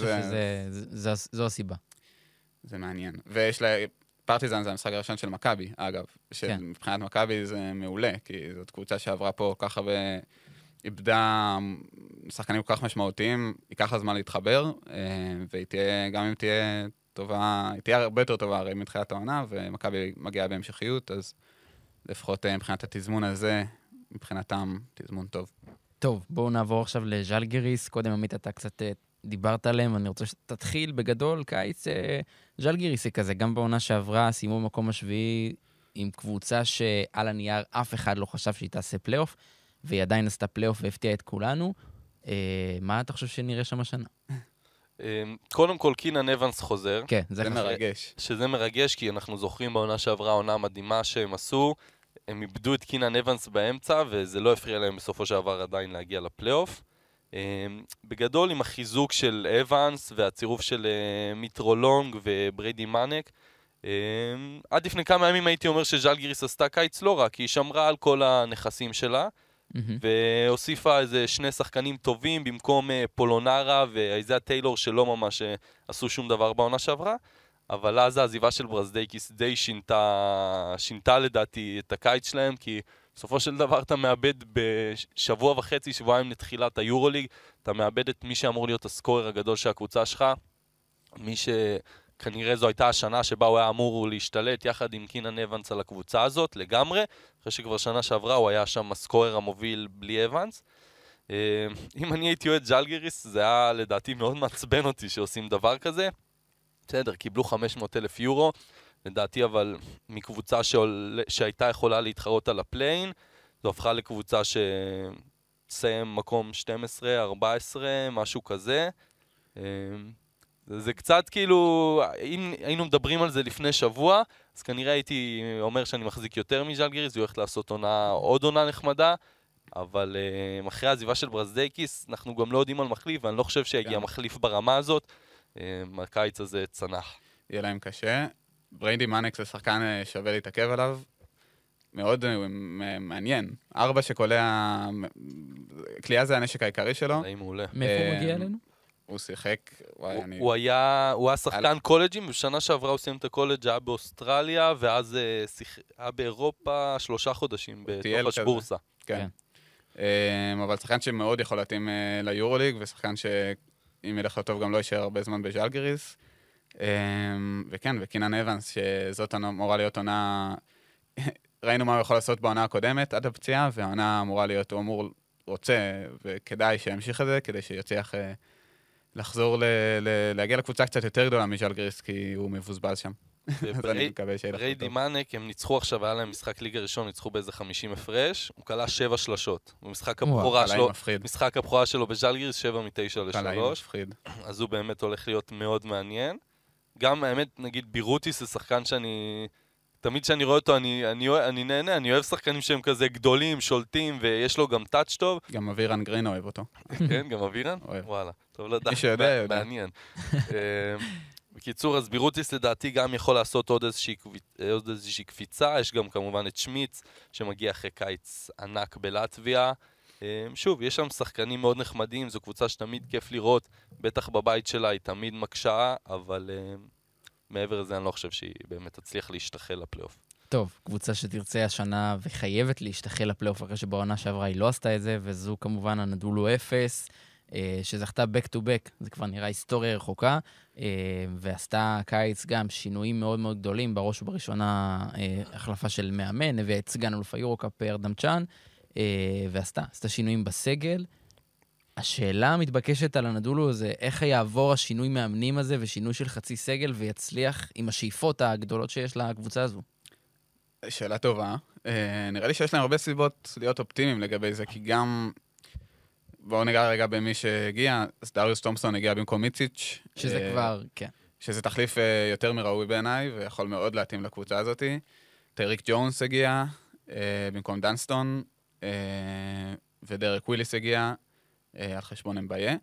זו הסיבה. זה מעניין. ויש לה... פרטיזן זה המשחק הראשון של מכבי, אגב. מבחינת מכבי זה מעולה, כי זאת קבוצה שעברה פה כל כך הרבה... איבדה שחקנים כל כך משמעותיים, ייקח לה זמן להתחבר, והיא תהיה, גם אם תהיה טובה, היא תהיה הרבה יותר טובה הרי מתחילת העונה, ומכבי מגיעה בהמשכיות, אז לפחות מבחינת התזמון הזה, מבחינתם תזמון טוב. טוב, בואו נעבור עכשיו לז'לגיריס. קודם עמית אתה קצת דיברת עליהם, אני רוצה שתתחיל בגדול, קיץ, ז'לגיריס היא כזה, גם בעונה שעברה, סיימו במקום השביעי עם קבוצה שעל הנייר אף אחד לא חשב שהיא תעשה פלייאוף, והיא עדיין עשתה פלייאוף והפתיעה את כולנו. מה אתה חושב שנראה שם השנה? קודם כל, קינן אבנס חוזר. כן, זה מרגש. שזה מרגש, כי אנחנו זוכרים בעונה שעברה עונה מדהימה שהם עשו. הם איבדו את קינן אבנס באמצע, וזה לא הפריע להם בסופו של דבר עדיין להגיע לפלייאוף. בגדול, עם החיזוק של אבנס והצירוף של מיטרולונג ובריידי מנק, עד לפני כמה ימים הייתי אומר שז'לגיריס עשתה קיץ לא רע, כי היא שמרה על כל הנכסים שלה, והוסיפה איזה 2 שחקנים טובים במקום פולונרה ואיזיה טיילור שלא ממש עשו שום דבר בעונה שעברה, אבל אז העזיבה של ברזדייקיס די שינתה לדעתי את הקיץ שלהם, כי בסופו של דבר אתה מאבד בשבוע וחצי, שבועיים לתחילת היורוליג, אתה מאבד את מי שאמור להיות הסקורר הגדול של הקבוצה שלך, מי שכנראה זו הייתה השנה שבה הוא היה אמור להשתלט יחד עם קינן אבנס על הקבוצה הזאת לגמרי, אחרי שכבר שנה שעברה הוא היה שם הסקורר המוביל בלי אבנס. אם אני הייתי אוהד ז'לגיריס, זה היה לדעתי מאוד מעצבן אותי שעושים דבר כזה. בסדר, קיבלו 500,000 יורו, לדעתי אבל מקבוצה שהייתה יכולה להתחרות על הפליין, זו הפכה לקבוצה שסיים מקום 12, 14, משהו כזה. זה קצת כאילו, אם היינו מדברים על זה לפני שבוע, אז כנראה הייתי אומר שאני מחזיק יותר מז'לגיריס, היא הולכת לעשות עוד עונה נחמדה. אבל אחרי העזיבה של ברזדייקיס, אנחנו גם לא יודעים על מחליף, ואני לא חושב שיגיע מחליף ברמה הזאת. הקיץ הזה צנח. יהיה להם קשה. בריידי מנק זה שחקן שווה להתעכב עליו. מאוד מעניין. 4 שקולע... קליעה זה הנשק העיקרי שלו. זה מעולה. מאיפה הוא מגיע אלינו? הוא שיחק... הוא היה שחקן קולג'ים, בשנה שעברה הוא סיים את הקולג', היה באוסטרליה, ואז היה באירופה 3 חודשים בתוך השבורסה. כן. אבל שחקן שמאוד יכול להתאים ליורוליג, ושחקן שאם ילך לו טוב גם לא יישאר הרבה זמן בז'לגיריס. וכן, וקינן אבנס, שזאת אמורה להיות עונה... ראינו מה הוא יכול לעשות בעונה הקודמת עד הפציעה, והעונה אמורה להיות, הוא רוצה, וכדאי שימשיך את זה, כדי שיצליח לחזור להגיע לקבוצה קצת יותר גדולה מז'לגיריס, כי הוא מבוזבז שם. אז אני מקווה שיהיה לך טוב. ריידי מנק, הם ניצחו עכשיו, היה להם משחק ליגה ראשון, ניצחו באיזה 50 הפרש, הוא קלע 7 שלשות. במשחק הבכורה שלו בז'לגיריס, 7 מ-9 ל-3. אז הוא באמת הולך להיות מאוד מעניין. גם האמת, נגיד, בירוטיס זה שחקן שאני... תמיד כשאני רואה אותו, אני נהנה, אני אוהב שחקנים שהם כזה גדולים, שולטים, ויש לו גם טאץ' טוב. גם אבירן גרין אוהב אותו. כן, גם אבירן? וואלה, טוב לדעת. מי שיודע, יודע. מעניין. בקיצור, אז בירוטיס לדעתי גם יכול לעשות עוד איזושהי קפיצה, יש גם כמובן את שמיץ, שמגיע אחרי קיץ ענק בלטביה. שוב, יש שם שחקנים מאוד נחמדים, זו קבוצה שתמיד כיף לראות, בטח בבית שלה היא תמיד מקשה, אבל... מעבר לזה אני לא חושב שהיא באמת תצליח להשתחל לפלייאוף. טוב, קבוצה שתרצה השנה וחייבת להשתחל לפלייאוף אחרי שבעונה שעברה היא לא עשתה את זה, וזו כמובן הנדולו 0, שזכתה back to back, זה כבר נראה היסטוריה רחוקה, ועשתה קיץ גם שינויים מאוד מאוד גדולים, בראש ובראשונה החלפה של מאמן, הביאה את סגן אלוף היורוקאפ ארדם צ'אן, ועשתה שינויים בסגל. השאלה המתבקשת על הנדולו זה איך יעבור השינוי מאמנים הזה ושינוי של חצי סגל ויצליח עם השאיפות הגדולות שיש לקבוצה הזו. שאלה טובה. נראה לי שיש להם הרבה סיבות להיות אופטימיים לגבי זה, כי גם... בואו ניגע רגע במי שהגיע, אז דריוס תומפסון הגיע במקום מיציץ'. שזה כבר, כן. שזה תחליף יותר מראוי בעיניי, ויכול מאוד להתאים לקבוצה הזאת. טריק ג'ונס הגיע במקום דנסטון, ודרק וויליס הגיע על חשבון אמביה.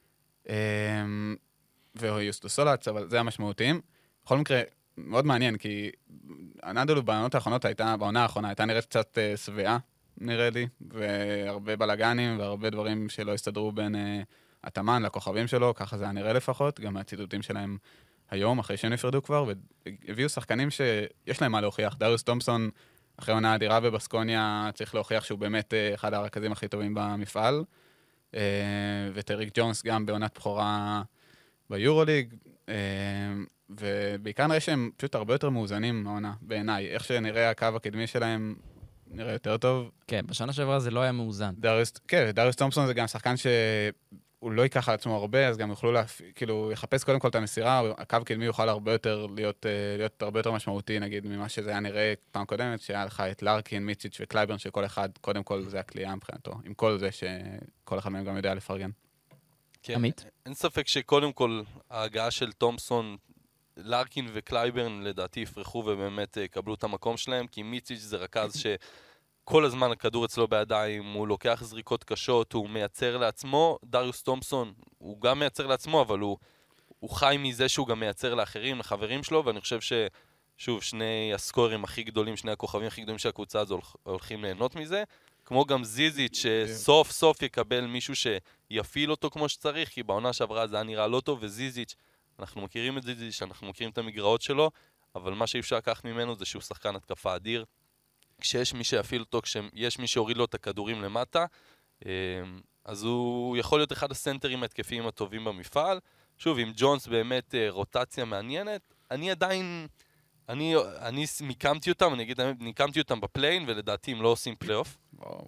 ויוסטוס סולץ, אבל זה המשמעותיים. בכל מקרה, מאוד מעניין, כי הנדולו בעונה האחרונה הייתה נראית קצת שבעה, נראה לי, והרבה בלגנים והרבה דברים שלא הסתדרו בין התאמן לכוכבים שלו, ככה זה היה נראה לפחות, גם מהציטוטים שלהם היום, אחרי שהם נפרדו כבר, והביאו שחקנים שיש להם מה להוכיח. דריוס תומפסון, אחרי עונה אדירה בבסקוניה, צריך להוכיח שהוא באמת אחד הרכזים הכי טובים במפעל, וטריק ג'ונס גם בעונת בכורה ביורוליג, ובעיקר נראה שהם פשוט הרבה יותר מאוזנים מהעונה, בעיניי. איך שנראה הקו הקדמי שלהם נראה יותר טוב. כן, בשנה שעברה זה לא היה מאוזן. דריוס תומפסון זה גם שחקן שהוא לא ייקח על עצמו הרבה, אז גם יוכלו כאילו, יחפש קודם כל את המסירה, הקו הקדמי יוכל הרבה יותר להיות הרבה יותר משמעותי, נגיד, ממה שזה היה נראה פעם קודמת, שהיה לך את לארקין, מיציץ' וקלייברן, שכל אחד, קודם כל זה הקליעה מבחינתו, עם כל זה שכל אחד מהם גם יודע לפרגן. כן, אין ספק שקודם כל ההגעה של תומפסון, לארקין וקלייברן לדעתי יפרחו ובאמת יקבלו את המקום שלהם, כי מיציץ' זה רכז שכל הזמן הכדור אצלו בידיים, הוא לוקח זריקות קשות, הוא מייצר לעצמו. דריוס תומפסון הוא גם מייצר לעצמו, אבל הוא חי מזה שהוא גם מייצר לאחרים, לחברים שלו, ואני חושב ששוב, שני הסקורים הכי גדולים, שני הכוכבים הכי גדולים של הקבוצה הזו הולכים ליהנות מזה, כמו גם זיזיץ' שסוף סוף יקבל מישהו שיפיל אותו כמו שצריך, כי בעונה שעברה זה היה נראה לא טוב, וזיזיץ' אנחנו מכירים את זיזיץ', אנחנו מכירים את המגרעות שלו, אבל מה שאי אפשר לקחת ממנו זה שהוא שחקן התקפה אדיר. כשיש מי שיפיל אותו, כשיש מי שהוריד לו את הכדורים למטה, אז הוא יכול להיות אחד הסנטרים התקפיים הטובים במפעל. שוב, עם ג'ונס באמת רוטציה מעניינת, אני עדיין, אני מיקמתי אותם, אני אגיד, מיקמתי אותם בפליין, ולדעתי הם לא עושים פלייאוף.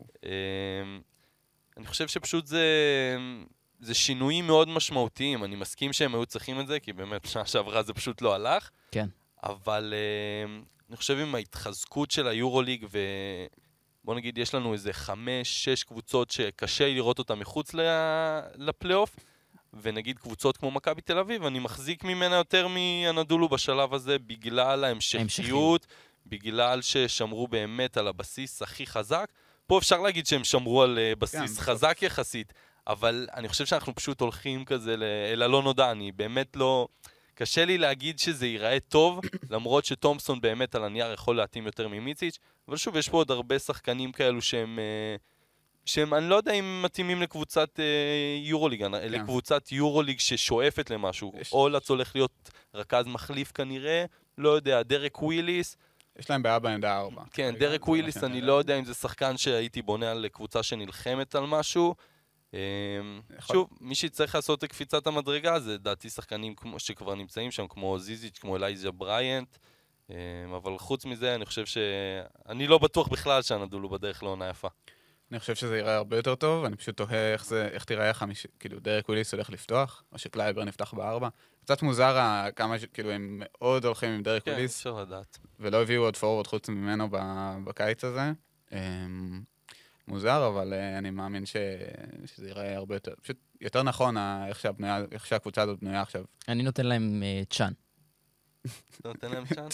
אני חושב שפשוט זה שינויים מאוד משמעותיים, אני מסכים שהם היו צריכים את זה, כי באמת בשנה שעברה זה פשוט לא הלך. כן. אבל אני חושב עם ההתחזקות של היורוליג, ובוא נגיד יש לנו איזה 5-6 קבוצות שקשה לראות אותן מחוץ לפלייאוף, ונגיד קבוצות כמו מכבי תל אביב, אני מחזיק ממנה יותר מהנדולו בשלב הזה, בגלל ההמשכיות, בגלל ששמרו באמת על הבסיס הכי חזק, פה אפשר להגיד שהם שמרו על בסיס כן, חזק יחסית, אבל אני חושב שאנחנו פשוט הולכים כזה אל הלא נודע, אני באמת לא... קשה לי להגיד שזה ייראה טוב, למרות שתומפסון באמת על הנייר יכול להתאים יותר ממיציץ', אבל שוב, יש פה עוד הרבה שחקנים כאלו שהם אני לא יודע אם מתאימים לקבוצת יורוליג, לקבוצת יורוליג ששואפת למשהו. אולץ הולך להיות רכז מחליף כנראה, לא יודע, דרק וויליס. יש להם בעיה בעמדה 4. כן, דרק וויליס, אני לא יודע אם זה שחקן שהייתי בונה על קבוצה שנלחמת על משהו. שוב, מי שצריך לעשות את קפיצת המדרגה זה דעתי שחקנים שכבר נמצאים שם, כמו זיזיץ', כמו אלייזיה בריינט, אבל חוץ מזה אני חושב אני לא בטוח בכלל שהנדולו בדרך לעונה יפה. אני חושב שזה ייראה הרבה יותר טוב, אני פשוט תוהה איך תיראה כאילו דרק וויליס הולך לפתוח, או שקלייבר נפתח ב4. קצת מוזר כמה כאילו הם מאוד הולכים עם דרק וויליס. כן, אפשר לדעת. ולא הביאו עוד פורוורד חוץ ממנו בקיץ הזה. מוזר, אבל אני מאמין שזה ייראה הרבה יותר, פשוט יותר נכון איך שהקבוצה הזאת בנויה עכשיו. אני נותן להם צ'אן. נותן להם צ'אן?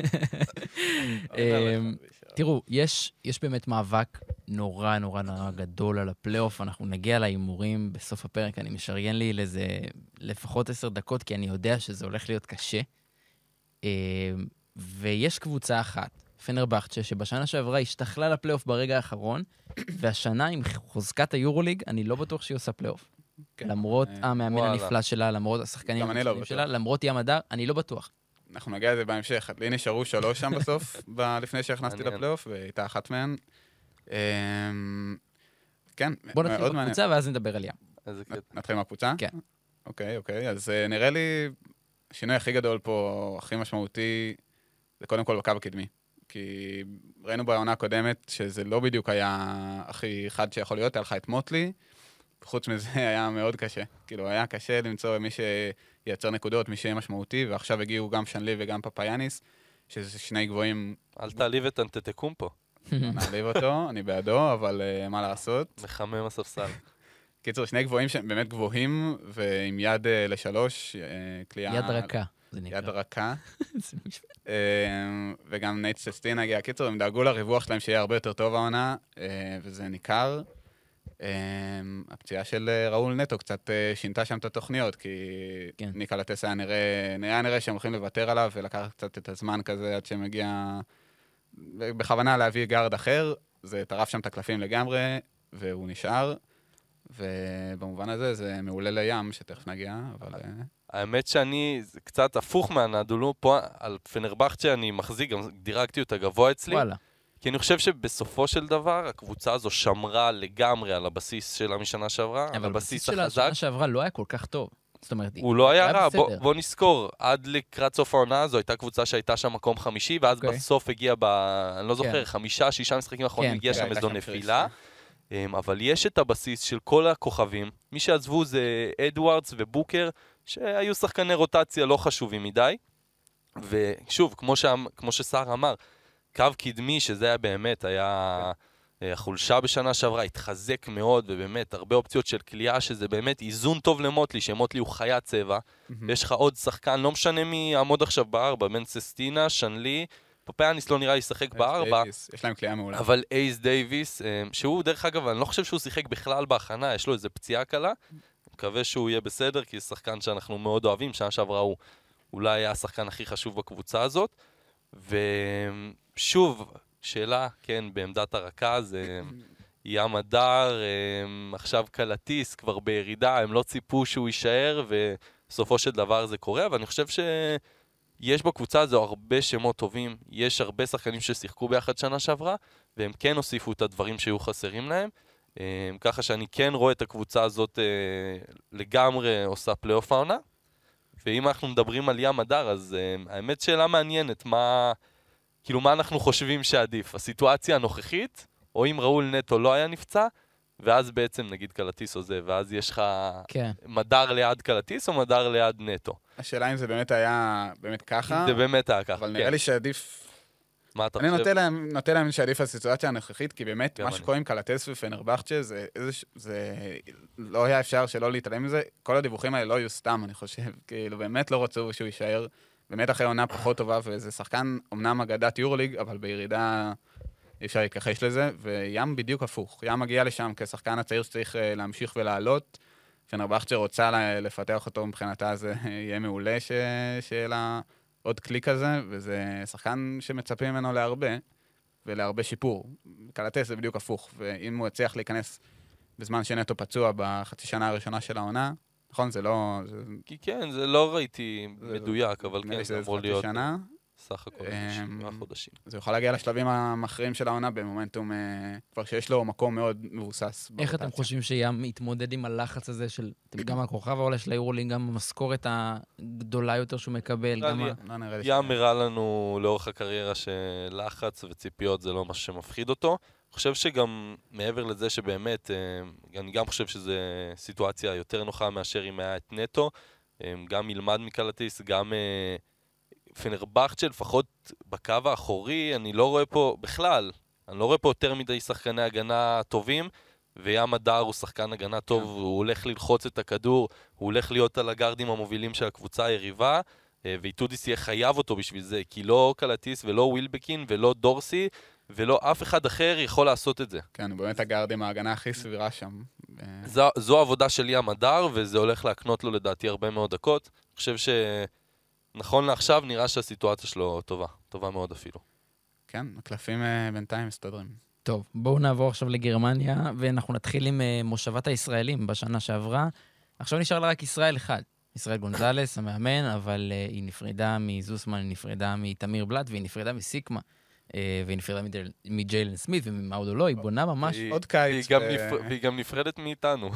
תראו, יש באמת מאבק נורא נורא נורא גדול על הפלייאוף, אנחנו נגיע להימורים בסוף הפרק, אני משריין לי לזה לפחות 10 דקות, כי אני יודע שזה הולך להיות קשה. ויש קבוצה אחת, פנרבחצ'ה, שבשנה שעברה השתכלה לפלייאוף ברגע האחרון, והשנה עם חוזקת היורוליג, אני לא בטוח שהיא עושה פלייאוף. למרות המאמן הנפלא שלה, למרות השחקנים שלה, למרות ים הדר, אני לא בטוח. אנחנו נגיע לזה בהמשך. לי נשארו 3 שם בסוף, לפני שהכנסתי לפלייאוף, והייתה אחת מהן. כן, בוא נתחיל בקבוצה ואז נדבר על ים. נתחיל מהקבוצה? כן. אוקיי. אז נראה לי, השינוי הכי גדול פה, הכי משמעותי, זה קודם כל בקו הקדמי. כי ראינו בעונה הקודמת שזה לא בדיוק היה הכי חד שיכול להיות, היה לך את מוטלי, חוץ מזה היה מאוד קשה. כאילו, היה קשה למצוא מי שייצר נקודות, מי שיהיה משמעותי, ועכשיו הגיעו גם שנלי וגם פפאיאניס, שזה שני גבוהים... אל תעליב את אנטטקום פה. לא נעליב אותו, אני בעדו, אבל מה לעשות? מחמם הספסל. קיצור, שני גבוהים שהם באמת גבוהים, ועם יד לשלוש, קליעה... יד רכה. יד רכה. וגם נייט ססטין הגיע. קיצור, הם דאגו לריווח שלהם שיהיה הרבה יותר טוב העונה, וזה ניכר. הפציעה של ראול נטו קצת שינתה שם את התוכניות, כי ניקה לטס היה נראה שהם הולכים לוותר עליו, ולקח קצת את הזמן כזה עד שמגיע בכוונה להביא גארד אחר, זה טרף שם את הקלפים לגמרי, והוא נשאר, ובמובן הזה זה מעולה לים, שתכף נגיע, אבל... האמת שאני קצת הפוך מהנדולו, פה על פנרבחצ'ה אני מחזיק, גם דירקתי אותה גבוה אצלי. וואלה. כי אני חושב שבסופו של דבר, הקבוצה הזו שמרה לגמרי על הבסיס שלה משנה שעברה, אבל הבסיס שלה משנה שעברה לא היה כל כך טוב. זאת אומרת, הוא לא היה רע, בוא נזכור, עד לקראת סוף העונה הזו הייתה קבוצה שהייתה שם מקום חמישי, ואז בסוף הגיע אני לא זוכר, 5-6 משחקים האחרונים, הגיע שם איזו נפילה. אבל יש את הבסיס של כל הכוכבים, מי שעזבו זה אדוארדס ובוקר, שהיו שחקני רוטציה לא חשובים מדי, ושוב, כמו שסער אמר, קו קדמי, שזה היה באמת, היה החולשה בשנה שעברה, התחזק מאוד, ובאמת, הרבה אופציות של קליעה, שזה באמת איזון טוב למוטלי, שמוטלי הוא חיית צבע, ויש לך עוד שחקן, לא משנה מי יעמוד עכשיו בארבע, בן ססטינה, שנלי, פפאיאניס לא נראה לשחק בארבע, יש להם קליעה מעולה. אבל אייס דייביס, שהוא דרך אגב, אני לא חושב שהוא שיחק בכלל בהכנה, יש לו איזה פציעה קלה, מקווה שהוא יהיה בסדר, כי זה שחקן שאנחנו מאוד אוהבים, שנה שעברה הוא אולי היה השחקן הכי חשוב בקבוצה הזאת, ושוב, שאלה, כן, בעמדת הרכז, ים הדר, עכשיו קלטיס, כבר בירידה, הם לא ציפו שהוא יישאר, ובסופו של דבר זה קורה, אבל אני חושב שיש בקבוצה הזו הרבה שמות טובים, יש הרבה שחקנים ששיחקו ביחד שנה שעברה, והם כן הוסיפו את הדברים שהיו חסרים להם, ככה שאני כן רואה את הקבוצה הזאת לגמרי עושה פלייאוף העונה, ואם אנחנו מדברים על ים הדר, אז האמת שאלה מעניינת, מה אנחנו חושבים שעדיף, הסיטואציה הנוכחית, או אם ראול נטו לא היה נפצע, ואז בעצם נגיד קלטיס או זה, ואז יש לך מדר ליד קלטיס או מדר ליד נטו. השאלה אם זה באמת היה באמת ככה, זה באמת היה ככה, אבל נראה לי שעדיף... מה אתה חושב? אני נוטה להם שעדיף הסיטואציה הנוכחית, כי באמת מה שקורה עם קלטיס ופנרבחצ'ה, זה לא היה אפשר שלא להתעלם מזה, כל הדיווחים האלה לא היו סתם, אני חושב, כאילו באמת לא רצו שהוא יישאר, באמת אחרי עונה פחות טובה, וזה שחקן אמנם אגדת יורוליג, אבל בירידה אי אפשר להתכחש לזה, וים בדיוק הפוך. ים מגיע לשם כשחקן הצעיר שצריך להמשיך ולעלות, פנרבכצ'ה רוצה לפתח אותו מבחינתה, זה יהיה מעולה שיהיה לה עוד כלי כזה, וזה שחקן שמצפים ממנו להרבה, ולהרבה שיפור. קלטס זה בדיוק הפוך, ואם הוא הצליח להיכנס בזמן שנטו פצוע בחצי שנה הראשונה של העונה, נכון, זה לא... כי כן, זה לא ראיתי מדויק, אבל כן, זה אמור להיות שנה. סך הכל 7 חודשים. זה יכול להגיע לשלבים המכריעים של העונה במומנטום, כבר שיש לו מקום מאוד מבוסס. איך אתם חושבים שים יתמודד עם הלחץ הזה של גם הכוכב העולה של היורולינג, גם המשכורת הגדולה יותר שהוא מקבל? ים הראה לנו לאורך הקריירה שלחץ וציפיות זה לא משהו שמפחיד אותו. אני חושב שגם מעבר לזה שבאמת, אני גם חושב שזו סיטואציה יותר נוחה מאשר אם היה את נטו, גם ילמד מקלטיס, גם פנרבכצ'ה, לפחות בקו האחורי, אני לא רואה פה בכלל, אני לא רואה פה יותר מדי שחקני הגנה טובים, וים הדר הוא שחקן הגנה טוב, הוא הולך ללחוץ את הכדור, הוא הולך להיות על הגארדים המובילים של הקבוצה היריבה, ואיטודיס יהיה חייב אותו בשביל זה, כי לא קלטיס ולא ווילבקין ולא דורסי, ולא אף אחד אחר יכול לעשות את זה. כן, הוא באמת הגארדים ההגנה הכי סבירה שם. זו העבודה של ים הדר, וזה הולך להקנות לו לדעתי הרבה מאוד דקות. אני חושב שנכון לעכשיו נראה שהסיטואציה שלו טובה, טובה מאוד אפילו. כן, הקלפים בינתיים מסתדרים. טוב, בואו נעבור עכשיו לגרמניה, ואנחנו נתחיל עם מושבת הישראלים בשנה שעברה. עכשיו נשאר לה רק ישראל אחד. ישראל גונזלס, המאמן, אבל היא נפרדה מזוסמן, היא נפרדה מתמיר בלט, והיא נפרדה מסיקמה, והיא נפרדה מג'יילן סמית וממאודו לא, היא בונה ממש... עוד קיץ. והיא גם נפרדת מאיתנו.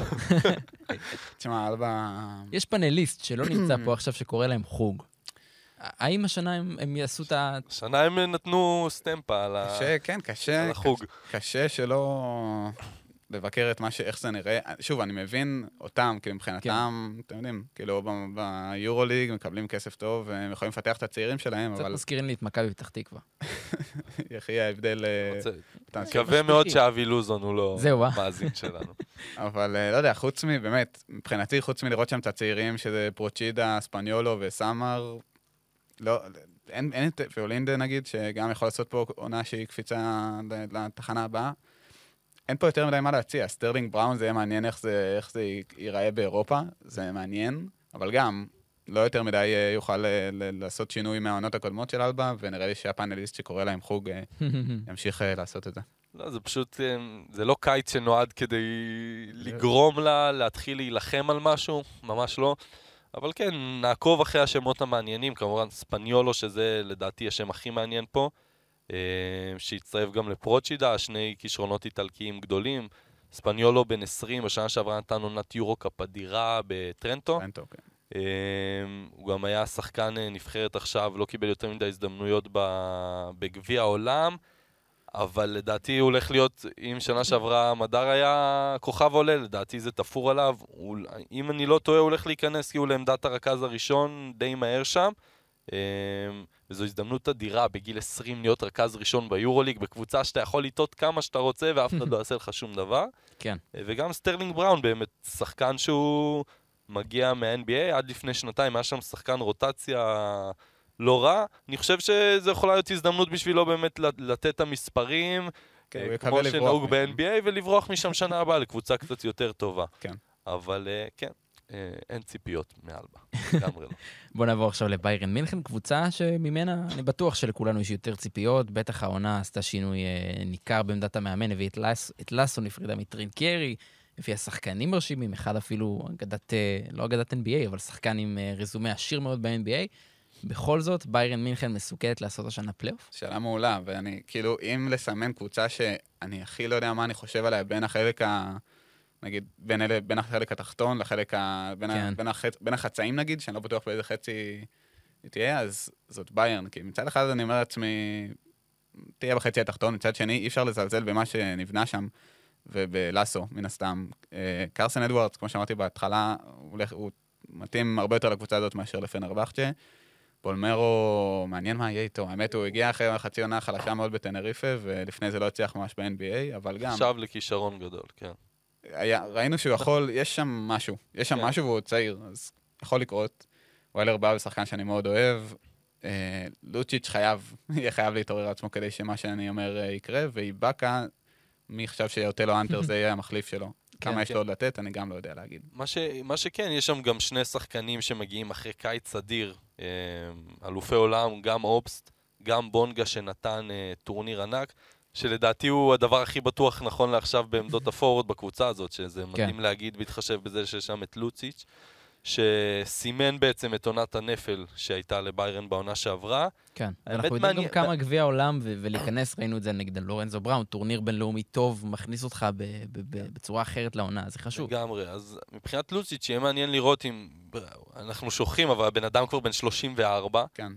תשמע, אלבה... יש פאנליסט שלא נמצא פה עכשיו שקורא להם חוג. האם השנה הם יעשו את ה... השנה הם נתנו סטמפה על החוג. קשה שלא לבקר את איך זה נראה. שוב, אני מבין אותם, כי מבחינתם, אתם יודעים, כאילו ביורוליג מקבלים כסף טוב, והם יכולים לפתח את הצעירים שלהם, אבל... קצת מזכירים לי את מכבי פתח תקווה. יחי ההבדל... מקווה מאוד שאבי לוזון הוא לא מאזין שלנו. אבל לא יודע, באמת, מבחינתי, חוץ מלראות שם את הצעירים, שזה פרוצ'ידה, ספניולו וסמר, לא, אין ואולינדה נגיד, שגם יכול לעשות פה עונה שהיא קפיצה לתחנה הבאה. אין פה יותר מדי מה להציע. סטרלינג בראון זה יהיה מעניין איך זה ייראה באירופה, זה מעניין, אבל גם לא יותר מדי יוכל לעשות שינוי מהעונות הקודמות של אלבה, ונראה לי שהפאנליסט שקורא להם חוג ימשיך לעשות את זה. לא, זה פשוט, זה לא קיץ שנועד כדי לגרום לה להתחיל להילחם על משהו, ממש לא. אבל כן, נעקוב אחרי השמות המעניינים, כמובן ספניולו, שזה לדעתי השם הכי מעניין פה, שהצטרף גם לפרוצ'ידה, שני כישרונות איטלקיים גדולים. ספניולו בן 20, בשנה שעברה נתן עונת יורו-קאפ אדירה בטרנטו. הוא גם היה שחקן נבחרת עכשיו, לא קיבל יותר מדי הזדמנויות בגביע העולם, אבל לדעתי הוא הולך להיות, אם שנה שעברה מדר היה כוכב עולה, לדעתי זה תפור עליו, אם אני לא טועה הוא הולך להיכנס כי הוא לעמדת הרכז הראשון די מהר שם, וזו הזדמנות אדירה בגיל 20 להיות רכז ראשון ביורוליג, בקבוצה שאתה יכול לטעות כמה שאתה רוצה ואף אחד לא יעשה לך שום דבר. כן. וגם סטרלינג בראון באמת שחקן שהוא מגיע מה-NBA, עד לפני שנתיים היה שם שחקן רוטציה לא רע. אני חושב שזה יכולה להיות הזדמנות בשבילו באמת לתת את המספרים, כמו שנהוג ב-NBA, ולברוח משם שנה הבאה לקבוצה קצת יותר טובה. כן. אבל כן. אין ציפיות מאלבה, לגמרי לא. בוא נעבור עכשיו לביירן מינכן, קבוצה שממנה אני בטוח שלכולנו יש יותר ציפיות, בטח העונה עשתה שינוי ניכר בעמדת המאמן, הביא את לסו נפרידה מטרינקיירי, לפי השחקנים מרשימים, אחד אפילו לא אגדת NBA, אבל שחקן עם רזומה עשיר מאוד ב-NBA, בכל זאת, ביירן מינכן מסוכנת לעשות השנה פלייאוף? שאלה מעולה, ואני כאילו, אם לסמן קבוצה שאני הכי לא יודע מה אני חושב עליה בין החלק נגיד, בין החלק התחתון לחלק בין החצאים נגיד, שאני לא בטוח באיזה חצי היא תהיה, אז זאת ביירן, כי מצד אחד אני אומר לעצמי, תהיה בחצי התחתון, מצד שני אי אפשר לזלזל במה שנבנה שם, ובלסו, מן הסתם. קרסן אדוארדס, כמו שאמרתי בהתחלה, הוא מתאים הרבה יותר לקבוצה הזאת מאשר לפנרבכצ'ה. פולמרו, מעניין מה יהיה איתו. האמת, הוא הגיע אחרי חצי עונה חלשה מאוד בטנריפה, ולפני זה לא הצליח ממש ב-NBA, אבל גם... עכשיו לכישרון גדול, כן. ראינו שהוא יכול, יש שם משהו והוא צעיר, אז יכול לקרות. ווילר בא בשחקן שאני מאוד אוהב, לוצ'יץ' יהיה חייב להתעורר עצמו כדי שמה שאני אומר יקרה, ואיבאקה, מי חשב שאוטלו אנטר זה יהיה המחליף שלו. כמה יש לו עוד לתת, אני גם לא יודע להגיד. מה שכן, יש שם גם שני שחקנים שמגיעים אחרי קיץ אדיר, אלופי עולם, גם אובסט, גם בונגה שנתן טורניר ענק, שלדעתי הוא הדבר הכי בטוח נכון לעכשיו בעמדות הפורוד בקבוצה הזאת, שזה מדהים להגיד בהתחשב בזה שיש שם את לוציץ', שסימן בעצם את עונת הנפל שהייתה לביירן בעונה שעברה. כן, אנחנו יודעים גם כמה גביע העולם ולהיכנס, ראינו את זה נגד לורנזו בראון, טורניר בינלאומי טוב, מכניס אותך בצורה אחרת לעונה, זה חשוב. לגמרי, אז מבחינת לוציץ' שיהיה מעניין לראות אם, אנחנו שוכחים, אבל הבן אדם כבר בן 34. כן.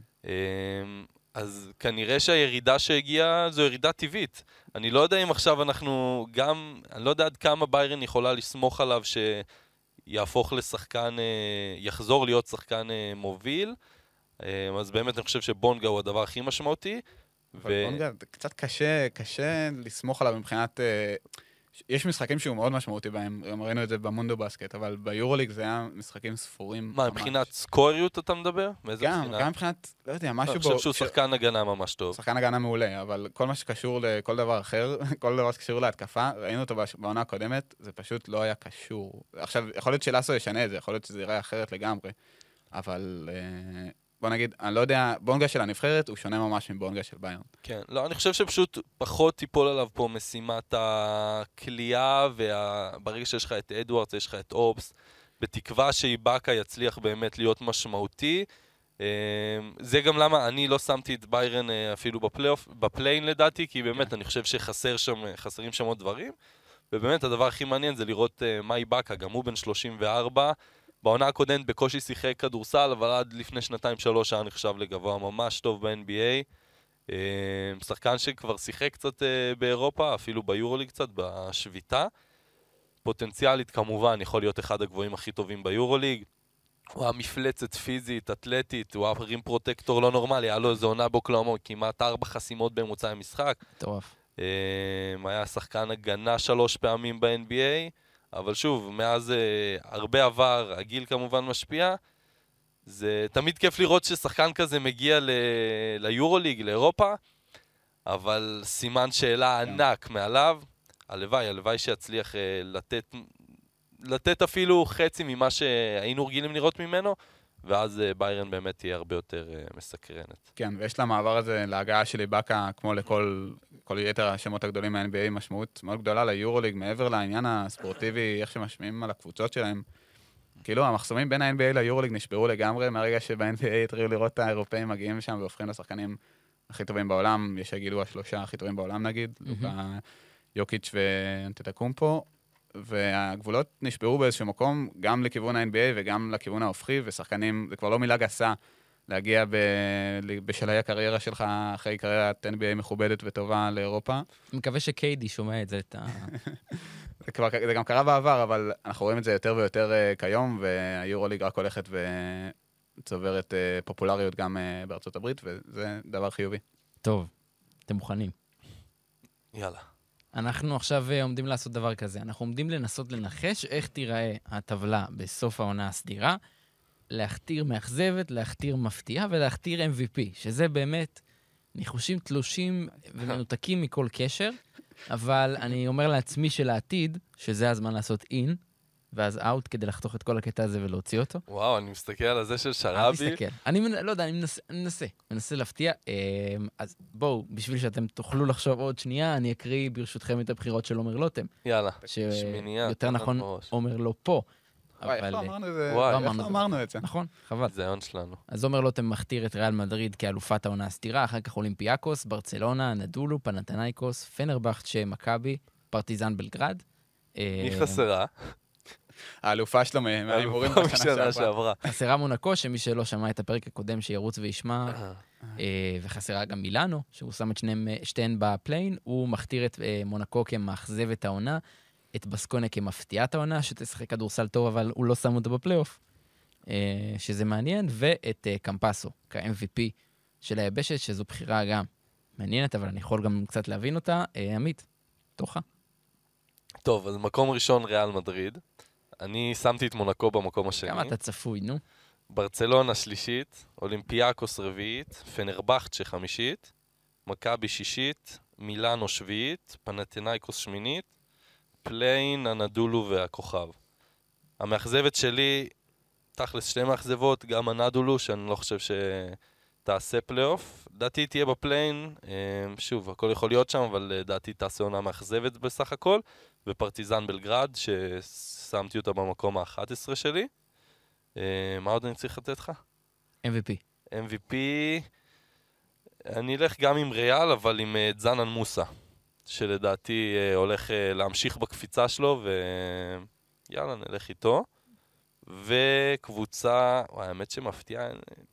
אז כנראה שהירידה שהגיעה זו ירידה טבעית. אני לא יודע אם עכשיו אנחנו גם, אני לא יודע עד כמה ביירן יכולה לסמוך עליו שיהפוך לשחקן, יחזור להיות שחקן מוביל. אז באמת אני חושב שבונגה הוא הדבר הכי משמעותי. אבל בונגה קצת קשה לסמוך עליו מבחינת... יש משחקים שהוא מאוד משמעותי בהם, ראינו את זה במונדו בסקט, אבל ביורוליג זה היה משחקים ספורים. מה, מבחינת סקוריות אתה מדבר? גם מבחינת, לא יודע, משהו בו... אני חושב שהוא שחקן הגנה ממש טוב. שחקן הגנה מעולה, אבל כל מה שקשור לכל דבר אחר, כל דבר שקשור להתקפה, ראינו אותו בעונה הקודמת, זה פשוט לא היה קשור. עכשיו, יכול להיות שלאסו ישנה את זה, יכול להיות שזה יראה אחרת לגמרי, אבל... בוא נגיד, אני לא יודע, בונגה של הנבחרת הוא שונה ממש מבונגה של ביירן. כן, לא, אני חושב שפשוט פחות תיפול עליו פה משימת הכלייה, וברגע שיש לך את אדוארדס, יש לך את אובס, בתקווה שאיבאקה יצליח באמת להיות משמעותי. זה גם למה אני לא שמתי את ביירן אפילו בפליין לדעתי, כי באמת אני חושב שחסרים שם עוד דברים, ובאמת הדבר הכי מעניין זה לראות מה איבאקה, גם הוא בן 34, בעונה הקודמת בקושי שיחק כדורסל, אבל עד לפני 2-3 היה נחשב לגבוה ממש טוב ב-NBA. שחקן שכבר שיחק קצת באירופה, אפילו ביורוליג קצת, בשביתה. פוטנציאלית כמובן יכול להיות אחד הגבוהים הכי טובים ביורוליג. הוא היה מפלצת פיזית, אתלטית, הוא היה רים פרוטקטור לא נורמלי, היה לו איזו עונה בוקלאומה, כמעט 4 חסימות בממוצע המשחק. טוב. היה שחקן הגנה 3 פעמים ב-NBA. אבל שוב, מאז הרבה עבר, הגיל כמובן משפיע, זה תמיד כיף לראות ששחקן כזה מגיע ליורוליג, לאירופה, אבל סימן שאלה ענק מעליו, הלוואי שיצליח לתת אפילו חצי ממה שהיינו רגילים לראות ממנו, ואז ביירן באמת תהיה הרבה יותר מסקרנת. כן, ויש למעבר הזה, להגעה של איבאקה, כמו לכל יתר השמות הגדולים מה-NBA, משמעות מאוד גדולה ליורוליג, מעבר לעניין הספורטיבי, איך שמשמיעים על הקבוצות שלהם. כאילו, המחסומים בין ה-NBA ליורוליג נשברו לגמרי, מהרגע שב-NBA התחילו לראות את האירופאים מגיעים שם והופכים לשחקנים הכי טובים בעולם, יש הגילו 3 הכי טובים בעולם נגיד, יוקיץ' ואנטטוקומפו, והגבולות נשברו באיזשהו מקום, גם לכיוון ה-NBA וגם לכיוון ההופכי, ושחקנים, זה כבר לא מילה גסה, להגיע בשלהי הקריירה שלך, אחרי קריירת NBA מכובדת וטובה לאירופה. אני מקווה שקיידי שומע את זה. זה גם קרה בעבר, אבל אנחנו רואים את זה יותר ויותר כיום, והיורוליג רק הולכת וצוברת פופולריות גם בארצות הברית, וזה דבר חיובי. טוב, אתם מוכנים. יאללה. אנחנו עכשיו עומדים לעשות דבר כזה. אנחנו עומדים לנסות לנחש איך תיראה הטבלה בסוף העונה הסדירה, להכתיר מאכזבת, להכתיר מפתיעה ולהכתיר MVP, שזה באמת ניחושים תלושים ומנותקים מכל קשר, אבל אני אומר לעצמי שלעתיד, שזה הזמן לעשות אין, ואז אאוט כדי לחתוך את כל הקטע הזה ולהוציא אותו. וואו, אני מסתכל על הזה של שרבי. אני מסתכל. אני לא יודע, אני מנסה להפתיע. אז בואו, בשביל שאתם תוכלו לחשוב עוד שנייה, אני אקריא ברשותכם את הבחירות של עומר לוטם. יאללה, שמינייה. יותר נכון, עומר לא פה. וואי, איך לא אמרנו את זה? איך לא אמרנו את זה? נכון, חבל. זה העון שלנו. אז עומר לוטם מכתיר את ריאל מדריד כאלופת העונה הסדירה, אחר כך אולימפיאקוס, ברצלונה, נדולו, פנתנייקוס, פנרבכצ'ה, מכבי, פרטיזן בלגרד. מי חסרה? האלופה שלו מההימורים בשנה שעברה. חסרה מונקו, שמי שלא שמע את הפרק הקודם שירוץ וישמע, וחסרה גם מילאנו, שהוא שם את שתיהן בפליין, הוא מכתיר את מונקו כמאכזב את העונה, את בסקונה כמפתיעת העונה, שתשחק כדורסל טוב, אבל הוא לא שם אותו בפלייאוף, שזה מעניין, ואת קמפסו, כ-MVP של היבשת, שזו בחירה גם מעניינת, אבל אני יכול גם קצת להבין אותה. עמית, תורך. טוב, אז מקום ראשון ריאל מדריד. אני שמתי את מונקו במקום השני. כמה אתה צפוי, נו? ברצלונה שלישית, אולימפיאקוס רביעית, פנרבחצ'ה חמישית, מכבי שישית, מילאנו שביעית, פנתינייקוס שמינית, פליין, אנדולו והכוכב. המאכזבת שלי, תכלס שתי מאכזבות, גם אנדולו, שאני לא חושב שתעשה פלייאוף. דעתי תהיה בפליין, שוב, הכל יכול להיות שם, אבל דעתי תעשה עונה מאכזבת בסך הכל, ופרטיזן בלגרד, ששמתי אותה במקום ה-11 שלי. מה עוד אני צריך לתת לך? MVP, אני אלך גם עם ריאל, אבל עם זנן מוסה, שלדעתי הולך להמשיך בקפיצה שלו, ויאללה, נלך איתו. וקבוצה, האמת שמפתיעה,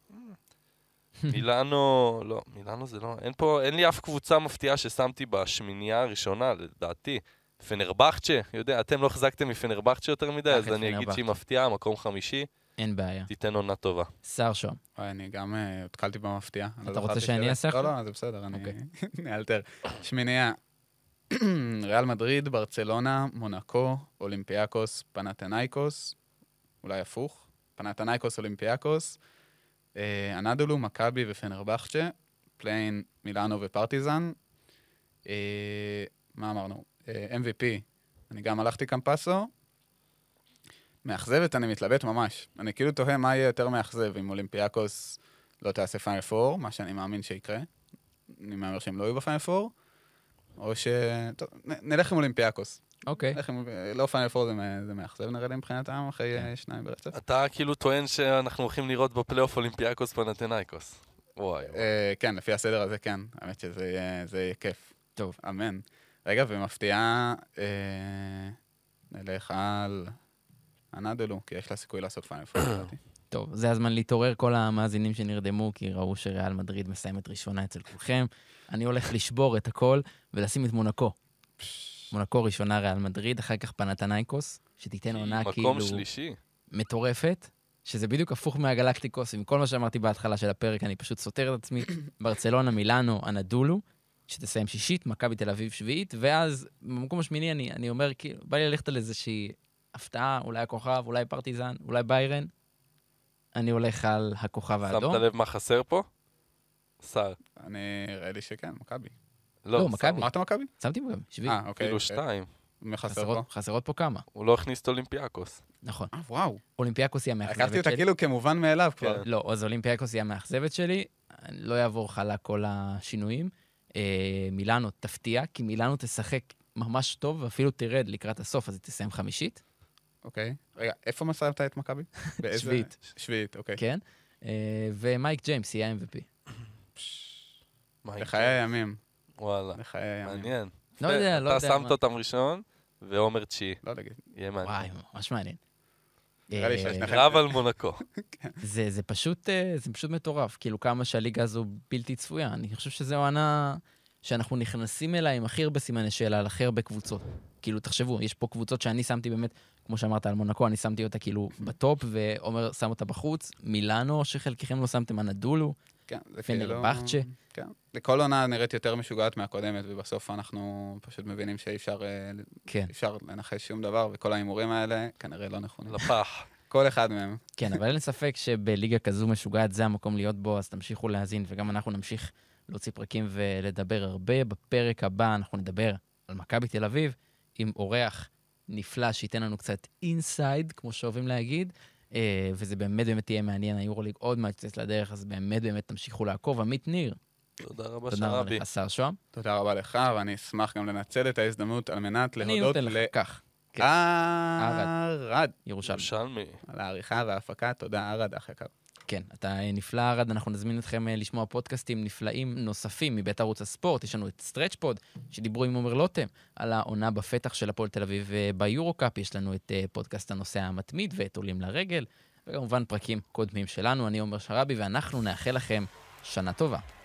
מילאנו, לא, מילאנו זה לא, אין לי אף קבוצה מפתיעה ששמתי בשמינייה הראשונה, לדעתי. פנרבחצ'ה, יודע, אתם לא החזקתם מפנרבחצ'ה יותר מדי, אז אני אגיד שהיא מפתיעה, מקום חמישי. אין בעיה. תיתן עונה טובה. שר שום. אני גם התקלתי במפתיע. אתה רוצה שאני אעשה לך? לא, זה בסדר, אני נאלתר. שמינייה, ריאל מדריד, ברצלונה, מונקו, אולימפיאקוס, פנתינייקוס, אולי הפוך, פנתינייקוס, אולימפיאקוס, אנדולו, מכבי ופנרבחצ'ה, פליין, מילאנו ופרטיזן. מה אמרנו? MVP, אני גם הלכתי קמפסו. מאכזבת, אני מתלבט ממש. אני כאילו תוהה מה יהיה יותר מאכזב אם אולימפיאקוס לא תעשה פיינל פור, מה שאני מאמין שיקרה. אני מאמר שהם לא יהיו בפיינל פור, או טוב, נלך עם אולימפיאקוס. אוקיי. לא פיינל פור זה מאכזב, נראה לי מבחינתם, אחרי שניים ברצף. אתה כאילו טוען שאנחנו הולכים לראות בפלייאוף אולימפיאקוס פנתינייקוס. וואי. כן, לפי הסדר הזה כן. האמת שזה יהיה כיף. טוב. אמן. רגע, ומפתיעה, נלך על אנדולו, כי יש לה סיכוי לעשות פיינל פור. טוב, זה הזמן להתעורר כל המאזינים שנרדמו, כי ראו שריאל מדריד מסיימת ראשונה אצל כולכם. אני הולך לשבור את הכל ולשים את מונקו. מונקו ראשונה ריאל מדריד, אחר כך פנתינייקוס, שתיתן עונה כאילו מקום שלישי. מטורפת, שזה בדיוק הפוך מהגלקטיקוס, עם כל מה שאמרתי בהתחלה של הפרק, אני פשוט סותר את עצמי. ברצלונה, מילאנו, אנדולו, שתסיים שישית, מכבי תל אביב שביעית, ואז במקום השמיני אני אומר, כאילו, בא לי ללכת על איזושהי הפתעה, אולי הכוכב, אולי פרטיזן, אולי ביירן. אני הולך על הכוכב האדום. שמת לב מה חסר פה? שר. אני ראה לי שכן, מכבי. לא, מכבי. אמרת מכבי? שמתי מכבי, שביעית. אוקיי. אפילו 2. מי חסר פה? חסרות פה כמה. הוא לא הכניס את אולימפיאקוס. נכון. וואו. אולימפיאקוס היא המאכזבת שלי. לקחתי אותה כאילו כמובן מאליו כבר. לא, אז אולימפיאקוס היא המאכזבת שלי. אני לא אעבור חלק כל השינויים. מילאנו תפתיע, כי מילאנו תשחק ממש טוב, ואפילו תרד לקראת הסוף, אז היא תסיים חמישית. אוקיי. רגע, איפה מסרת את מכבי? שביעית. שביעית, אוקיי. כן. ומייק ג'יימס יהיה MVP. לחיי הימים. וואלה. לחיי הימים. מעניין. לא יודע, לא יודע. אתה שמת אותם ראשון, ועומר תשיעי. לא להגיד. יהיה מעניין. וואי, ממש מעניין. נראה לי שהשניכם... רב על מונקו. זה פשוט מטורף, כאילו כמה שהליגה הזו בלתי צפויה. אני חושב שזו עונה שאנחנו נכנסים אליה עם הכי הרבה סימני שאלה על הכי הרבה קבוצות. כאילו, תחשבו, יש פה קבוצות שאני שמתי באמת, כמו שאמרת על מונקו, אני שמתי אותה כאילו בטופ, ועומר שם אותה בחוץ, מילאנו, שחלקכם לא שמתם, אנדולו, פנרבחצ'ה. כן, לכל עונה נראית יותר משוגעת מהקודמת, ובסוף אנחנו פשוט מבינים שאי אפשר לנחש שום דבר, וכל ההימורים האלה כנראה לא נכונים. לפח. כל אחד מהם. כן, אבל אין ספק שבליגה כזו משוגעת זה המקום להיות בו, אז תמשיכו להאזין, וגם אנחנו נמשיך להוציא פרקים ולדבר הרבה. בפרק הבא אנחנו נדבר על מכבי תל אביב, עם אורח נפלא שייתן לנו קצת אינסייד, כמו שאוהבים להגיד, וזה באמת תהיה מעניין, היורוליג עוד מעט יוצאת לדרך, אז באמת תמשיכו לעקוב. עמית ניר. תודה רבה תודה רבה שרבי. לך, שר שוהם. תודה רבה לך, ואני אשמח גם לנצל את ההזדמנות על מנת להודות כך. ארד. ירושלמי. על העריכה וההפקה, תודה ארד, אח יקר. כן, אתה נפלא ארד, אנחנו נזמין אתכם לשמוע פודקאסטים נפלאים נוספים מבית ערוץ הספורט, יש לנו את סטרץ' פוד, שדיברו עם עומר לוטם, על העונה בפתח של הפועל תל אביב ביורוקאפ, יש לנו את פודקאסט הנושא המתמיד ואת עולים לרגל, וכמובן פרקים קודמים שלנו, אני עומר שרבי, ואנחנו נאחל לכם שנה טובה.